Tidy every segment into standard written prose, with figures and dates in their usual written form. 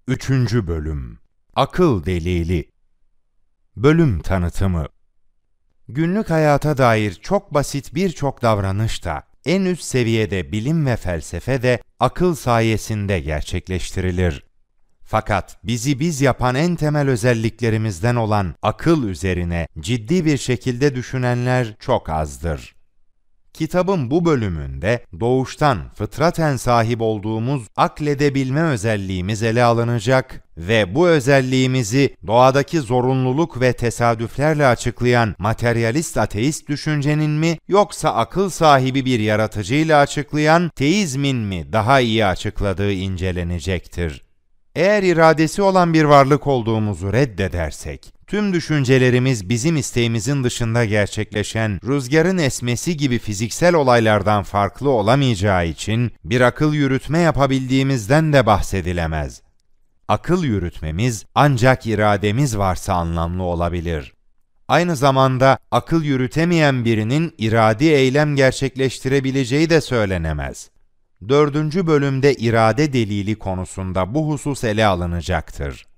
Üçüncü Bölüm Akıl Delili Bölüm Tanıtımı Günlük hayata dair çok basit birçok davranış da, en üst seviyede bilim ve felsefe de akıl sayesinde gerçekleştirilir. Fakat bizi biz yapan en temel özelliklerimizden olan akıl üzerine ciddi bir şekilde düşünenler çok azdır. Kitabın bu bölümünde doğuştan fıtraten sahip olduğumuz akledebilme özelliğimiz ele alınacak ve bu özelliğimizi doğadaki zorunluluk ve tesadüflerle açıklayan materyalist ateist düşüncenin mi yoksa akıl sahibi bir yaratıcıyla açıklayan teizmin mi daha iyi açıkladığı incelenecektir. Eğer iradesi olan bir varlık olduğumuzu reddedersek, tüm düşüncelerimiz bizim isteğimizin dışında gerçekleşen rüzgarın esmesi gibi fiziksel olaylardan farklı olamayacağı için bir akıl yürütme yapabildiğimizden de bahsedilemez. Akıl yürütmemiz ancak irademiz varsa anlamlı olabilir. Aynı zamanda akıl yürütemeyen birinin iradi eylem gerçekleştirebileceği de söylenemez. 4. bölümde irade delili konusunda bu husus ele alınacaktır.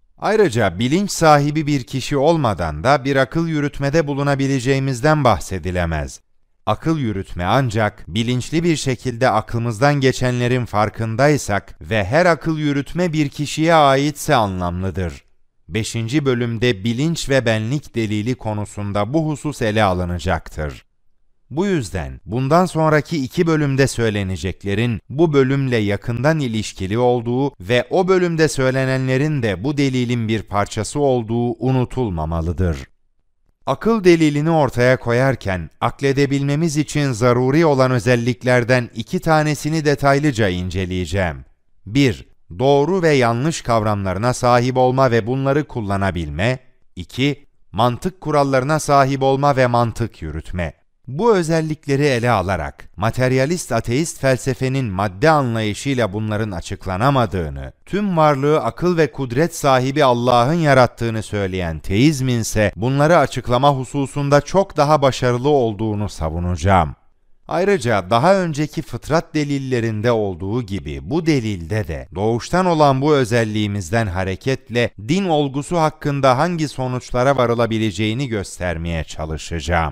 Ayrıca bilinç sahibi bir kişi olmadan da bir akıl yürütmede bulunabileceğimizden bahsedilemez. Akıl yürütme ancak bilinçli bir şekilde aklımızdan geçenlerin farkındaysak ve her akıl yürütme bir kişiye aitse anlamlıdır. 5. bölümde bilinç ve benlik delili konusunda bu husus ele alınacaktır. Bu yüzden bundan sonraki 2 bölümde söyleneceklerin bu bölümle yakından ilişkili olduğu ve o bölümde söylenenlerin de bu delilin bir parçası olduğu unutulmamalıdır. Akıl delilini ortaya koyarken akledebilmemiz için zaruri olan özelliklerden 2 tanesini detaylıca inceleyeceğim. 1. Doğru ve yanlış kavramlarına sahip olma ve bunları kullanabilme. 2. Mantık kurallarına sahip olma ve mantık yürütme. Bu özellikleri ele alarak, materyalist ateist felsefenin madde anlayışıyla bunların açıklanamadığını, tüm varlığı akıl ve kudret sahibi Allah'ın yarattığını söyleyen teizmin ise bunları açıklama hususunda çok daha başarılı olduğunu savunacağım. Ayrıca daha önceki fıtrat delillerinde olduğu gibi bu delilde de doğuştan olan bu özelliğimizden hareketle din olgusu hakkında hangi sonuçlara varılabileceğini göstermeye çalışacağım.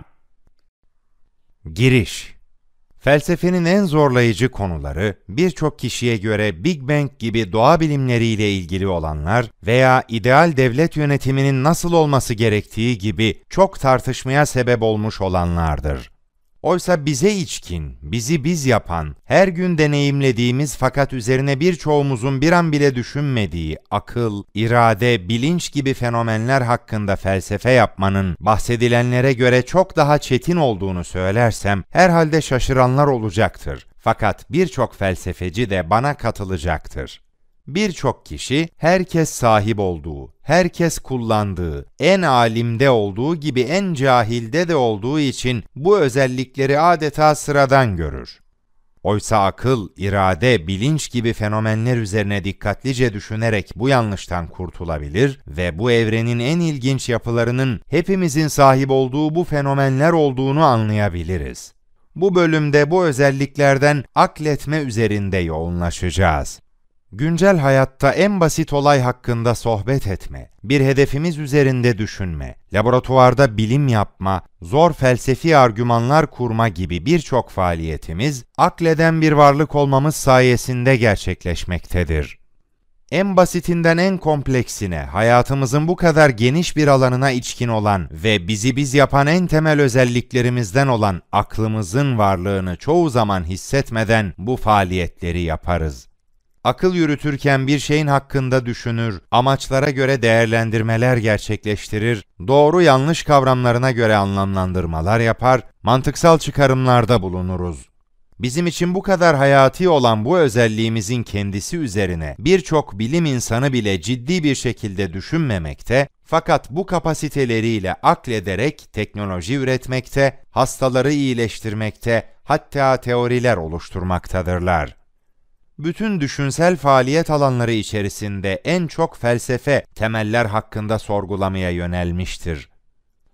Giriş. Felsefenin en zorlayıcı konuları, birçok kişiye göre Big Bang gibi doğa bilimleriyle ilgili olanlar veya ideal devlet yönetiminin nasıl olması gerektiği gibi çok tartışmaya sebep olmuş olanlardır. Oysa bize içkin, bizi biz yapan, her gün deneyimlediğimiz fakat üzerine birçoğumuzun bir an bile düşünmediği akıl, irade, bilinç gibi fenomenler hakkında felsefe yapmanın bahsedilenlere göre çok daha çetin olduğunu söylersem herhalde şaşıranlar olacaktır. Fakat birçok felsefeci de bana katılacaktır. Birçok kişi, herkes sahip olduğu, herkes kullandığı, en alimde olduğu gibi en cahilde de olduğu için bu özellikleri adeta sıradan görür. Oysa akıl, irade, bilinç gibi fenomenler üzerine dikkatlice düşünerek bu yanlıştan kurtulabilir ve bu evrenin en ilginç yapılarının hepimizin sahip olduğu bu fenomenler olduğunu anlayabiliriz. Bu bölümde bu özelliklerden akletme üzerinde yoğunlaşacağız. Güncel hayatta en basit olay hakkında sohbet etme, bir hedefimiz üzerinde düşünme, laboratuvarda bilim yapma, zor felsefi argümanlar kurma gibi birçok faaliyetimiz, akleden bir varlık olmamız sayesinde gerçekleşmektedir. En basitinden en kompleksine, hayatımızın bu kadar geniş bir alanına içkin olan ve bizi biz yapan en temel özelliklerimizden olan aklımızın varlığını çoğu zaman hissetmeden bu faaliyetleri yaparız. Akıl yürütürken bir şeyin hakkında düşünür, amaçlara göre değerlendirmeler gerçekleştirir, doğru yanlış kavramlarına göre anlamlandırmalar yapar, mantıksal çıkarımlarda bulunuruz. Bizim için bu kadar hayati olan bu özelliğimizin kendisi üzerine birçok bilim insanı bile ciddi bir şekilde düşünmemekte, fakat bu kapasiteleriyle aklederek teknoloji üretmekte, hastaları iyileştirmekte, hatta teoriler oluşturmaktadırlar. Bütün düşünsel faaliyet alanları içerisinde en çok felsefe temeller hakkında sorgulamaya yönelmiştir.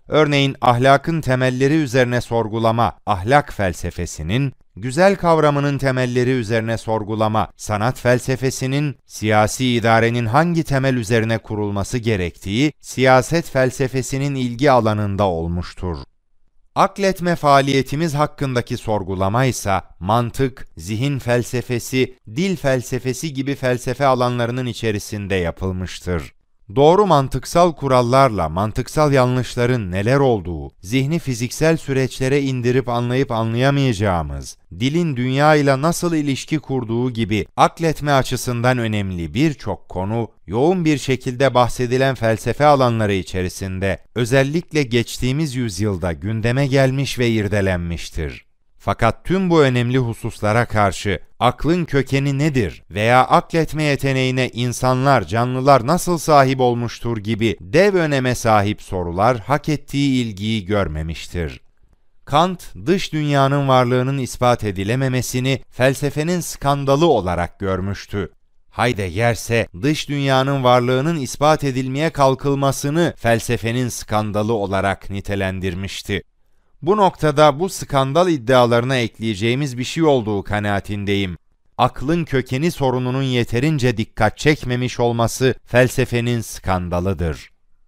Örneğin ahlakın temelleri üzerine sorgulama, ahlak felsefesinin, güzel kavramının temelleri üzerine sorgulama, sanat felsefesinin, siyasi idarenin hangi temel üzerine kurulması gerektiği, siyaset felsefesinin ilgi alanında olmuştur. Akletme faaliyetimiz hakkındaki sorgulama ise mantık, zihin felsefesi, dil felsefesi gibi felsefe alanlarının içerisinde yapılmıştır. Doğru mantıksal kurallarla mantıksal yanlışların neler olduğu, zihni fiziksel süreçlere indirip anlayıp anlayamayacağımız, dilin dünya ile nasıl ilişki kurduğu gibi akletme açısından önemli birçok konu, yoğun bir şekilde bahsedilen felsefe alanları içerisinde özellikle geçtiğimiz yüzyılda gündeme gelmiş ve irdelenmiştir. Fakat tüm bu önemli hususlara karşı aklın kökeni nedir veya akletme yeteneğine insanlar, canlılar nasıl sahip olmuştur gibi dev öneme sahip sorular hak ettiği ilgiyi görmemiştir. Kant, dış dünyanın varlığının ispat edilememesini felsefenin skandalı olarak görmüştü. Heidegger ise dış dünyanın varlığının ispat edilmeye kalkılmasını felsefenin skandalı olarak nitelendirmişti. Bu noktada bu skandal iddialarına ekleyeceğimiz bir şey olduğu kanaatindeyim. Aklın kökeni sorununun yeterince dikkat çekmemiş olması felsefenin skandalıdır.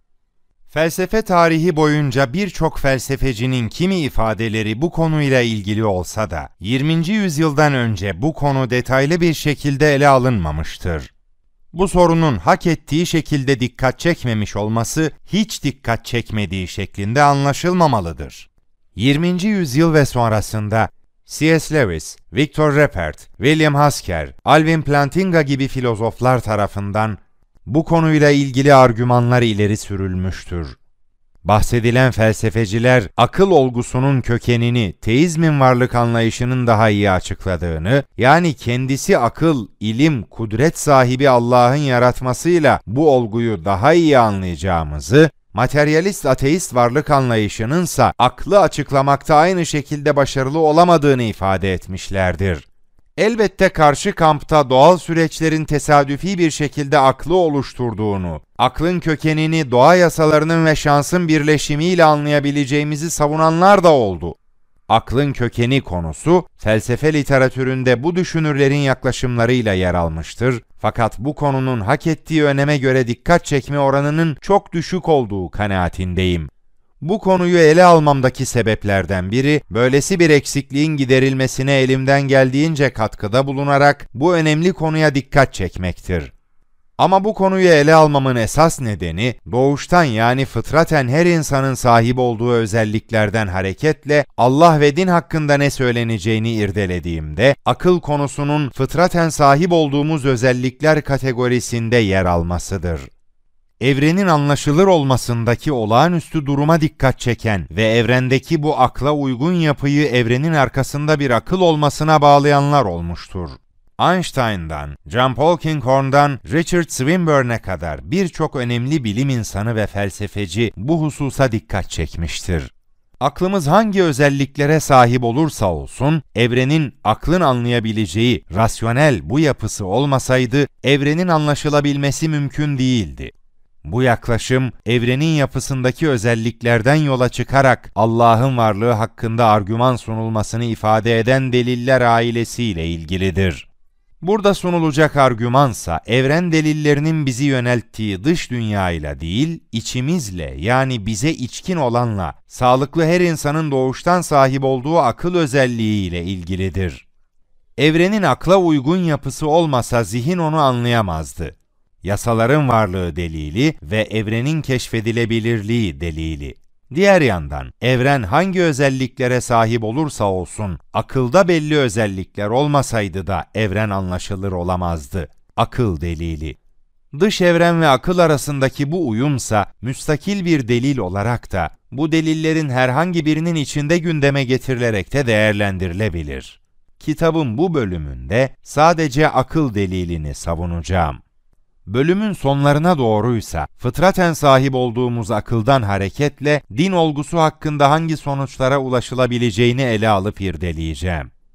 Felsefe tarihi boyunca birçok felsefecinin kimi ifadeleri bu konuyla ilgili olsa da 20. yüzyıldan önce bu konu detaylı bir şekilde ele alınmamıştır. Bu sorunun hak ettiği şekilde dikkat çekmemiş olması hiç dikkat çekmediği şeklinde anlaşılmamalıdır. 20. yüzyıl ve sonrasında C.S. Lewis, Victor Reppert, William Hasker, Alvin Plantinga gibi filozoflar tarafından bu konuyla ilgili argümanlar ileri sürülmüştür. Bahsedilen felsefeciler akıl olgusunun kökenini teizmin varlık anlayışının daha iyi açıkladığını, yani kendisi akıl, ilim, kudret sahibi Allah'ın yaratmasıyla bu olguyu daha iyi anlayacağımızı, materyalist ateist varlık anlayışınınsa aklı açıklamakta aynı şekilde başarılı olamadığını ifade etmişlerdir. Elbette karşı kampta doğal süreçlerin tesadüfi bir şekilde aklı oluşturduğunu, aklın kökenini doğa yasalarının ve şansın birleşimiyle anlayabileceğimizi savunanlar da oldu. Aklın kökeni konusu, felsefe literatüründe bu düşünürlerin yaklaşımlarıyla yer almıştır. Fakat bu konunun hak ettiği öneme göre dikkat çekme oranının çok düşük olduğu kanaatindeyim. Bu konuyu ele almamdaki sebeplerden biri, böylesi bir eksikliğin giderilmesine elimden geldiğince katkıda bulunarak bu önemli konuya dikkat çekmektir. Ama bu konuyu ele almamın esas nedeni, doğuştan yani fıtraten her insanın sahip olduğu özelliklerden hareketle Allah ve din hakkında ne söyleneceğini irdelediğimde, akıl konusunun fıtraten sahip olduğumuz özellikler kategorisinde yer almasıdır. Evrenin anlaşılır olmasındaki olağanüstü duruma dikkat çeken ve evrendeki bu akla uygun yapıyı evrenin arkasında bir akıl olmasına bağlayanlar olmuştur. Einstein'dan, John Polkinghorne'dan Richard Swinburne'e kadar birçok önemli bilim insanı ve felsefeci bu hususa dikkat çekmiştir. Aklımız hangi özelliklere sahip olursa olsun, evrenin aklın anlayabileceği rasyonel bu yapısı olmasaydı, evrenin anlaşılabilmesi mümkün değildi. Bu yaklaşım, evrenin yapısındaki özelliklerden yola çıkarak Allah'ın varlığı hakkında argüman sunulmasını ifade eden deliller ailesiyle ilgilidir. Burada sunulacak argümansa, evren delillerinin bizi yönelttiği dış dünyayla değil, içimizle yani bize içkin olanla, sağlıklı her insanın doğuştan sahip olduğu akıl özelliğiyle ilgilidir. Evrenin akla uygun yapısı olmasa zihin onu anlayamazdı. Yasaların varlığı delili ve evrenin keşfedilebilirliği delili. Diğer yandan, evren hangi özelliklere sahip olursa olsun, akılda belli özellikler olmasaydı da evren anlaşılır olamazdı. Akıl delili. Dış evren ve akıl arasındaki bu uyumsa, müstakil bir delil olarak da, bu delillerin herhangi birinin içinde gündeme getirilerek de değerlendirilebilir. Kitabın bu bölümünde sadece akıl delilini savunacağım. Bölümün sonlarına doğruysa, fıtraten sahip olduğumuz akıldan hareketle din olgusu hakkında hangi sonuçlara ulaşılabileceğini ele alıp irdeleyeceğim.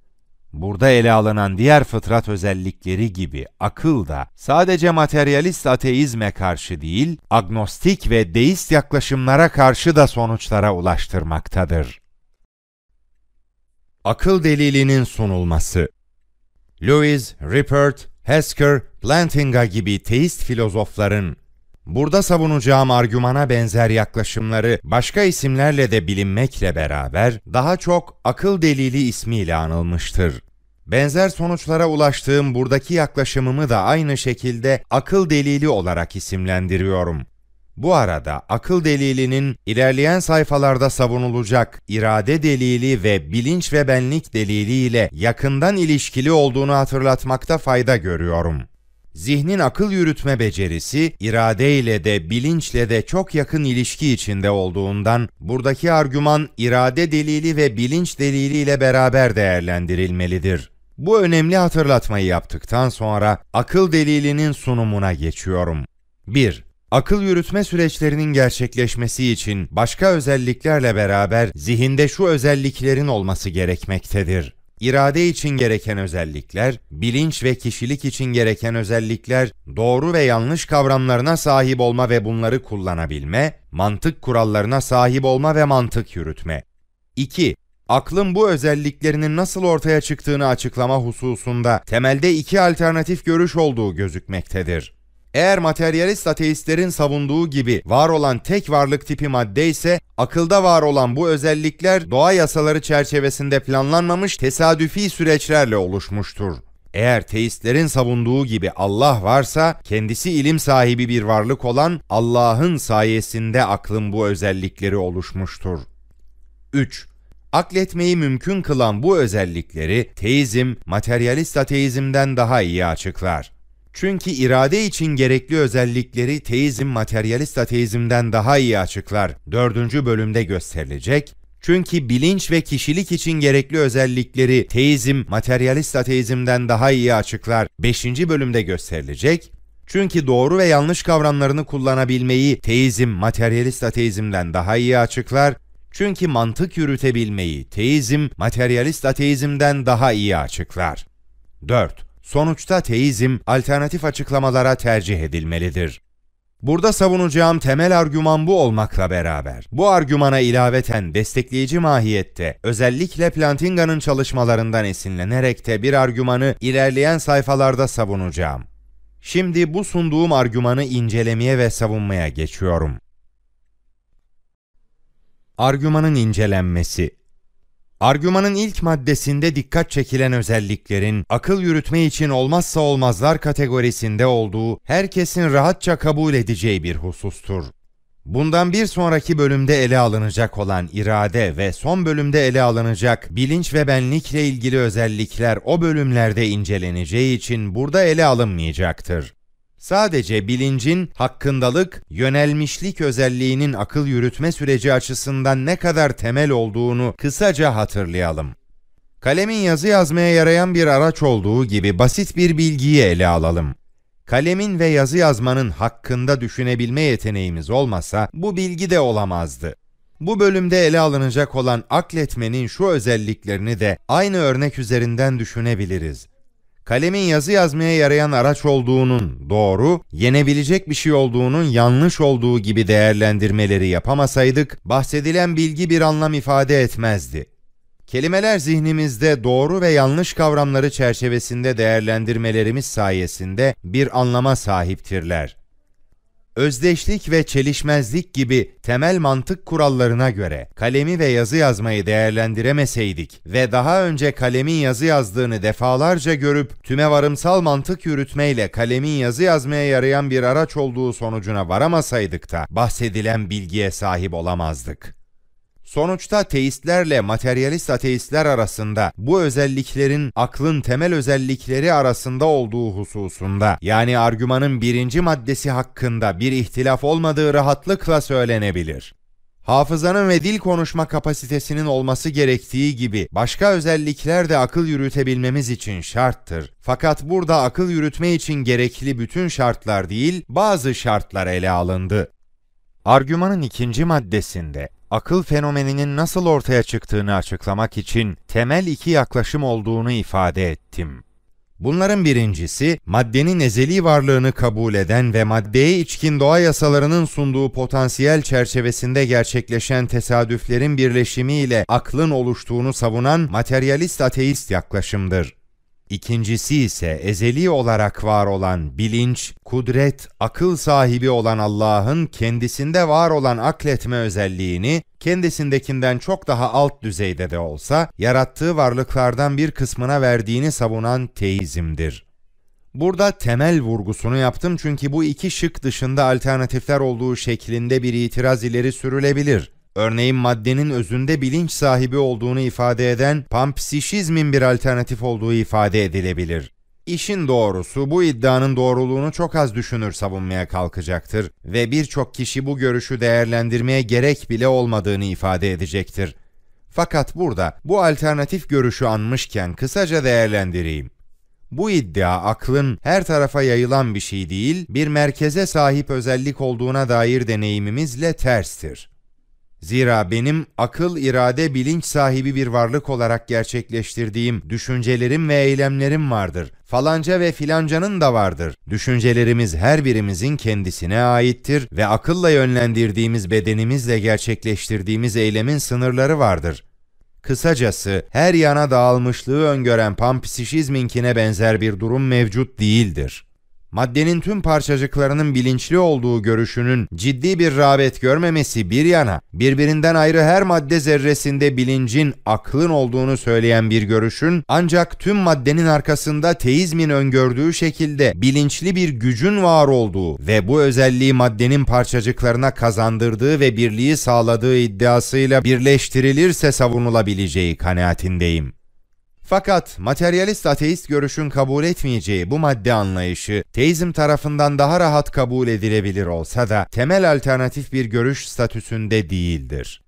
Burada ele alınan diğer fıtrat özellikleri gibi akıl da sadece materyalist ateizme karşı değil, agnostik ve deist yaklaşımlara karşı da sonuçlara ulaştırmaktadır. Akıl delilinin sunulması. Lewis, Rippert, Hesker, Plantinga gibi teist filozofların burada savunacağım argümana benzer yaklaşımları başka isimlerle de bilinmekle beraber daha çok akıl delili ismiyle anılmıştır. Benzer sonuçlara ulaştığım buradaki yaklaşımımı da aynı şekilde akıl delili olarak isimlendiriyorum. Bu arada akıl delilinin ilerleyen sayfalarda savunulacak irade delili ve bilinç ve benlik delili ile yakından ilişkili olduğunu hatırlatmakta fayda görüyorum. Zihnin akıl yürütme becerisi, irade ile de bilinçle de çok yakın ilişki içinde olduğundan, buradaki argüman irade delili ve bilinç delili ile beraber değerlendirilmelidir. Bu önemli hatırlatmayı yaptıktan sonra akıl delilinin sunumuna geçiyorum. 1. Akıl yürütme süreçlerinin gerçekleşmesi için başka özelliklerle beraber zihinde şu özelliklerin olması gerekmektedir. İrade için gereken özellikler, bilinç ve kişilik için gereken özellikler, doğru ve yanlış kavramlarına sahip olma ve bunları kullanabilme, mantık kurallarına sahip olma ve mantık yürütme. 2. Aklın bu özelliklerinin nasıl ortaya çıktığını açıklama hususunda temelde iki alternatif görüş olduğu gözükmektedir. Eğer materyalist ateistlerin savunduğu gibi var olan tek varlık tipi madde ise, akılda var olan bu özellikler doğa yasaları çerçevesinde planlanmamış tesadüfi süreçlerle oluşmuştur. Eğer teistlerin savunduğu gibi Allah varsa, kendisi ilim sahibi bir varlık olan Allah'ın sayesinde aklın bu özellikleri oluşmuştur. 3. Akletmeyi mümkün kılan bu özellikleri teizm, materyalist ateizmden daha iyi açıklar. Çünkü irade için gerekli özellikleri teizm, materyalist ateizmden daha iyi açıklar. 4. bölümde gösterilecek. Çünkü bilinç ve kişilik için gerekli özellikleri teizm, materyalist ateizmden daha iyi açıklar. 5. bölümde gösterilecek. Çünkü doğru ve yanlış kavramlarını kullanabilmeyi teizm, materyalist ateizmden daha iyi açıklar. Çünkü mantık yürütebilmeyi teizm, materyalist ateizmden daha iyi açıklar. 4. Sonuçta teizm, alternatif açıklamalara tercih edilmelidir. Burada savunacağım temel argüman bu olmakla beraber, bu argümana ilaveten destekleyici mahiyette, özellikle Plantinga'nın çalışmalarından esinlenerek de bir argümanı ilerleyen sayfalarda savunacağım. Şimdi bu sunduğum argümanı incelemeye ve savunmaya geçiyorum. Argümanın incelenmesi. Argümanın ilk maddesinde dikkat çekilen özelliklerin akıl yürütme için olmazsa olmazlar kategorisinde olduğu herkesin rahatça kabul edeceği bir husustur. Bundan bir sonraki bölümde ele alınacak olan irade ve son bölümde ele alınacak bilinç ve benlikle ilgili özellikler o bölümlerde inceleneceği için burada ele alınmayacaktır. Sadece bilincin hakkındalık, yönelmişlik özelliğinin akıl yürütme süreci açısından ne kadar temel olduğunu kısaca hatırlayalım. Kalemin yazı yazmaya yarayan bir araç olduğu gibi basit bir bilgiyi ele alalım. Kalemin ve yazı yazmanın hakkında düşünebilme yeteneğimiz olmasa bu bilgi de olamazdı. Bu bölümde ele alınacak olan akletmenin şu özelliklerini de aynı örnek üzerinden düşünebiliriz. Kalemin yazı yazmaya yarayan araç olduğunun doğru, yenebilecek bir şey olduğunun yanlış olduğu gibi değerlendirmeleri yapamasaydık, bahsedilen bilgi bir anlam ifade etmezdi. Kelimeler zihnimizde doğru ve yanlış kavramları çerçevesinde değerlendirmelerimiz sayesinde bir anlama sahiptirler. Özdeşlik ve çelişmezlik gibi temel mantık kurallarına göre kalemi ve yazı yazmayı değerlendiremeseydik ve daha önce kalemin yazı yazdığını defalarca görüp tümevarımsal mantık yürütmeyle kalemin yazı yazmaya yarayan bir araç olduğu sonucuna varamasaydık da bahsedilen bilgiye sahip olamazdık. Sonuçta teistlerle materyalist ateistler arasında bu özelliklerin aklın temel özellikleri arasında olduğu hususunda, yani argümanın birinci maddesi hakkında bir ihtilaf olmadığı rahatlıkla söylenebilir. Hafızanın ve dil konuşma kapasitesinin olması gerektiği gibi başka özellikler de akıl yürütebilmemiz için şarttır. Fakat burada akıl yürütme için gerekli bütün şartlar değil, bazı şartlar ele alındı. Argümanın ikinci maddesinde, akıl fenomeninin nasıl ortaya çıktığını açıklamak için temel iki yaklaşım olduğunu ifade ettim. Bunların birincisi, maddenin ezeli varlığını kabul eden ve maddeye içkin doğa yasalarının sunduğu potansiyel çerçevesinde gerçekleşen tesadüflerin birleşimiyle aklın oluştuğunu savunan materyalist ateist yaklaşımdır. İkincisi ise ezeli olarak var olan bilinç, kudret, akıl sahibi olan Allah'ın kendisinde var olan akletme özelliğini, kendisindekinden çok daha alt düzeyde de olsa, yarattığı varlıklardan bir kısmına verdiğini savunan teizmdir. Burada temel vurgusunu yaptım çünkü bu iki şık dışında alternatifler olduğu şeklinde bir itiraz ileri sürülebilir. Örneğin maddenin özünde bilinç sahibi olduğunu ifade eden panpsişizmin bir alternatif olduğu ifade edilebilir. İşin doğrusu bu iddianın doğruluğunu çok az düşünür savunmaya kalkacaktır ve birçok kişi bu görüşü değerlendirmeye gerek bile olmadığını ifade edecektir. Fakat burada bu alternatif görüşü anmışken kısaca değerlendireyim. Bu iddia aklın her tarafa yayılan bir şey değil, bir merkeze sahip özellik olduğuna dair deneyimimizle terstir. Zira benim akıl, irade, bilinç sahibi bir varlık olarak gerçekleştirdiğim düşüncelerim ve eylemlerim vardır. Falanca ve filancanın da vardır. Düşüncelerimiz her birimizin kendisine aittir ve akılla yönlendirdiğimiz bedenimizle gerçekleştirdiğimiz eylemin sınırları vardır. Kısacası her yana dağılmışlığı öngören panpsişizminkine benzer bir durum mevcut değildir. Maddenin tüm parçacıklarının bilinçli olduğu görüşünün ciddi bir rağbet görmemesi bir yana, birbirinden ayrı her madde zerresinde bilincin, aklın olduğunu söyleyen bir görüşün, ancak tüm maddenin arkasında teizmin öngördüğü şekilde bilinçli bir gücün var olduğu ve bu özelliği maddenin parçacıklarına kazandırdığı ve birliği sağladığı iddiasıyla birleştirilirse savunulabileceği kanaatindeyim. Fakat materyalist ateist görüşün kabul etmeyeceği bu madde anlayışı teizm tarafından daha rahat kabul edilebilir olsa da temel alternatif bir görüş statüsünde değildir.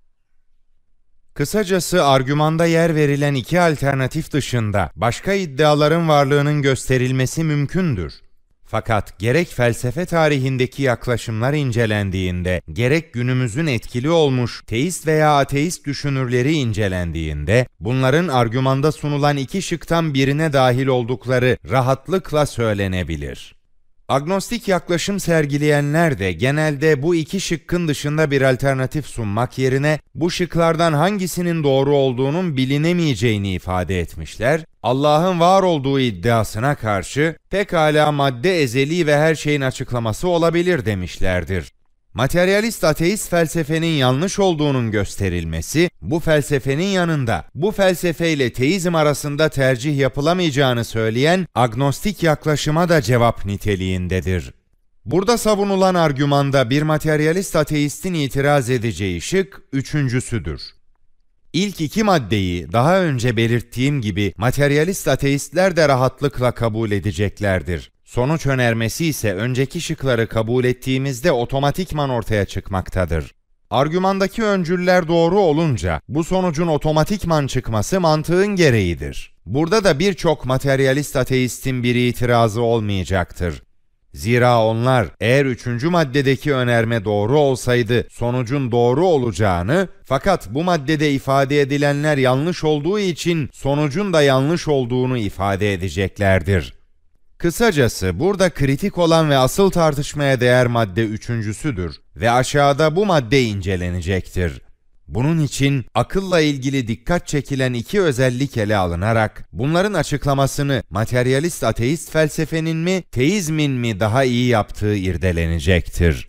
Kısacası argümanda yer verilen iki alternatif dışında başka iddiaların varlığının gösterilmesi mümkündür. Fakat gerek felsefe tarihindeki yaklaşımlar incelendiğinde, gerek günümüzün etkili olmuş teist veya ateist düşünürleri incelendiğinde, bunların argümanda sunulan iki şıktan birine dahil oldukları rahatlıkla söylenebilir. Agnostik yaklaşım sergileyenler de genelde bu iki şıkkın dışında bir alternatif sunmak yerine bu şıklardan hangisinin doğru olduğunun bilinemeyeceğini ifade etmişler, Allah'ın var olduğu iddiasına karşı pekala madde ezeli ve her şeyin açıklaması olabilir demişlerdir. Materyalist ateist felsefenin yanlış olduğunun gösterilmesi, bu felsefenin yanında bu felsefeyle teizm arasında tercih yapılamayacağını söyleyen agnostik yaklaşıma da cevap niteliğindedir. Burada savunulan argümanda bir materyalist ateistin itiraz edeceği şık üçüncüsüdür. İlk iki maddeyi daha önce belirttiğim gibi materyalist ateistler de rahatlıkla kabul edeceklerdir. Sonuç önermesi ise önceki şıkları kabul ettiğimizde otomatikman ortaya çıkmaktadır. Argümandaki öncüller doğru olunca bu sonucun otomatikman çıkması mantığın gereğidir. Burada da birçok materyalist ateistin bir itirazı olmayacaktır. Zira onlar eğer üçüncü maddedeki önerme doğru olsaydı sonucun doğru olacağını, fakat bu maddede ifade edilenler yanlış olduğu için sonucun da yanlış olduğunu ifade edeceklerdir. Kısacası burada kritik olan ve asıl tartışmaya değer madde üçüncüsüdür ve aşağıda bu madde incelenecektir. Bunun için akılla ilgili dikkat çekilen iki özellik ele alınarak bunların açıklamasını materyalist ateist felsefenin mi, teizmin mi daha iyi yaptığı irdelenecektir.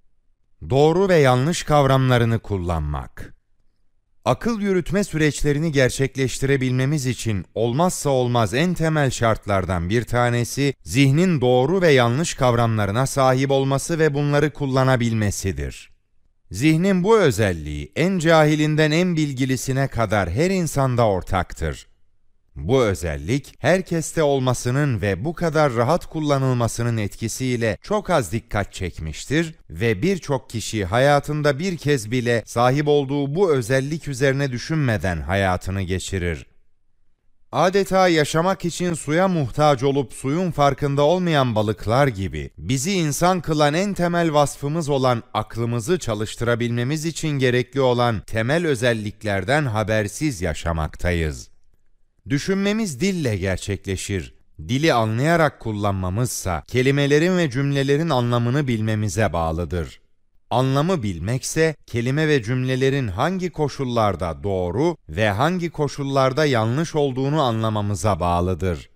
Doğru ve yanlış kavramlarını kullanmak. Akıl yürütme süreçlerini gerçekleştirebilmemiz için olmazsa olmaz en temel şartlardan bir tanesi, zihnin doğru ve yanlış kavramlarına sahip olması ve bunları kullanabilmesidir. Zihnin bu özelliği en cahilinden en bilgilisine kadar her insanda ortaktır. Bu özellik herkeste olmasının ve bu kadar rahat kullanılmasının etkisiyle çok az dikkat çekmiştir ve birçok kişi hayatında bir kez bile sahip olduğu bu özellik üzerine düşünmeden hayatını geçirir. Adeta yaşamak için suya muhtaç olup suyun farkında olmayan balıklar gibi bizi insan kılan en temel vasfımız olan aklımızı çalıştırabilmemiz için gerekli olan temel özelliklerden habersiz yaşamaktayız. Düşünmemiz dille gerçekleşir. Dili anlayarak kullanmamızsa kelimelerin ve cümlelerin anlamını bilmemize bağlıdır. Anlamı bilmekse kelime ve cümlelerin hangi koşullarda doğru ve hangi koşullarda yanlış olduğunu anlamamıza bağlıdır.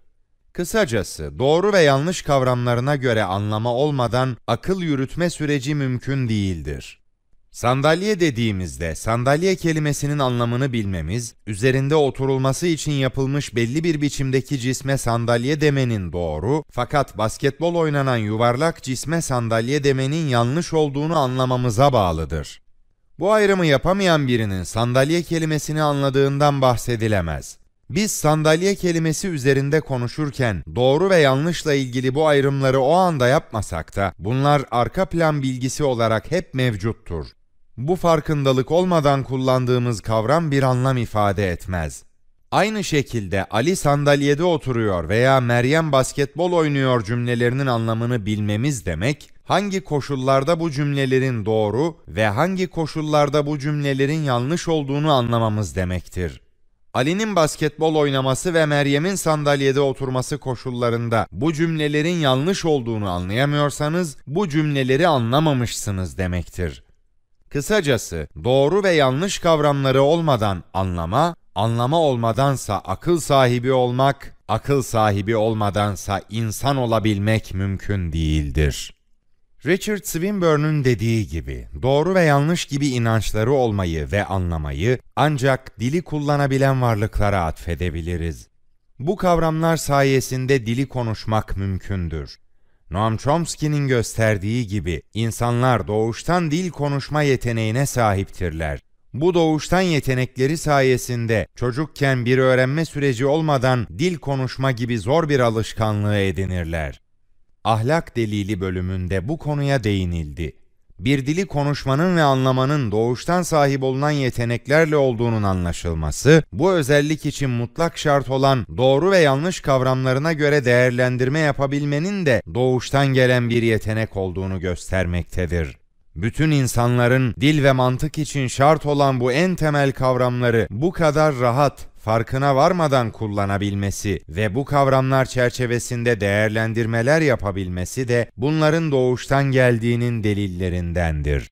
Kısacası doğru ve yanlış kavramlarına göre anlama olmadan akıl yürütme süreci mümkün değildir. Sandalye dediğimizde sandalye kelimesinin anlamını bilmemiz, üzerinde oturulması için yapılmış belli bir biçimdeki cisme sandalye demenin doğru, fakat basketbol oynanan yuvarlak cisme sandalye demenin yanlış olduğunu anlamamıza bağlıdır. Bu ayrımı yapamayan birinin sandalye kelimesini anladığından bahsedilemez. Biz sandalye kelimesi üzerinde konuşurken doğru ve yanlışla ilgili bu ayrımları o anda yapmasak da bunlar arka plan bilgisi olarak hep mevcuttur. Bu farkındalık olmadan kullandığımız kavram bir anlam ifade etmez. Aynı şekilde Ali sandalyede oturuyor veya Meryem basketbol oynuyor cümlelerinin anlamını bilmemiz demek, hangi koşullarda bu cümlelerin doğru ve hangi koşullarda bu cümlelerin yanlış olduğunu anlamamız demektir. Ali'nin basketbol oynaması ve Meryem'in sandalyede oturması koşullarında bu cümlelerin yanlış olduğunu anlayamıyorsanız, bu cümleleri anlamamışsınız demektir. Kısacası doğru ve yanlış kavramları olmadan anlama, anlama olmadansa akıl sahibi olmak, akıl sahibi olmadansa insan olabilmek mümkün değildir. Richard Swinburne'un dediği gibi, doğru ve yanlış gibi inançları olmayı ve anlamayı ancak dili kullanabilen varlıklara atfedebiliriz. Bu kavramlar sayesinde dili konuşmak mümkündür. Noam Chomsky'nin gösterdiği gibi, insanlar doğuştan dil konuşma yeteneğine sahiptirler. Bu doğuştan yetenekleri sayesinde çocukken bir öğrenme süreci olmadan dil konuşma gibi zor bir alışkanlığı edinirler. Ahlak delili bölümünde bu konuya değinildi. Bir dili konuşmanın ve anlamanın doğuştan sahip olunan yeteneklerle olduğunun anlaşılması, bu özellik için mutlak şart olan doğru ve yanlış kavramlarına göre değerlendirme yapabilmenin de doğuştan gelen bir yetenek olduğunu göstermektedir. Bütün insanların dil ve mantık için şart olan bu en temel kavramları bu kadar rahat, farkına varmadan kullanabilmesi ve bu kavramlar çerçevesinde değerlendirmeler yapabilmesi de bunların doğuştan geldiğinin delillerindendir.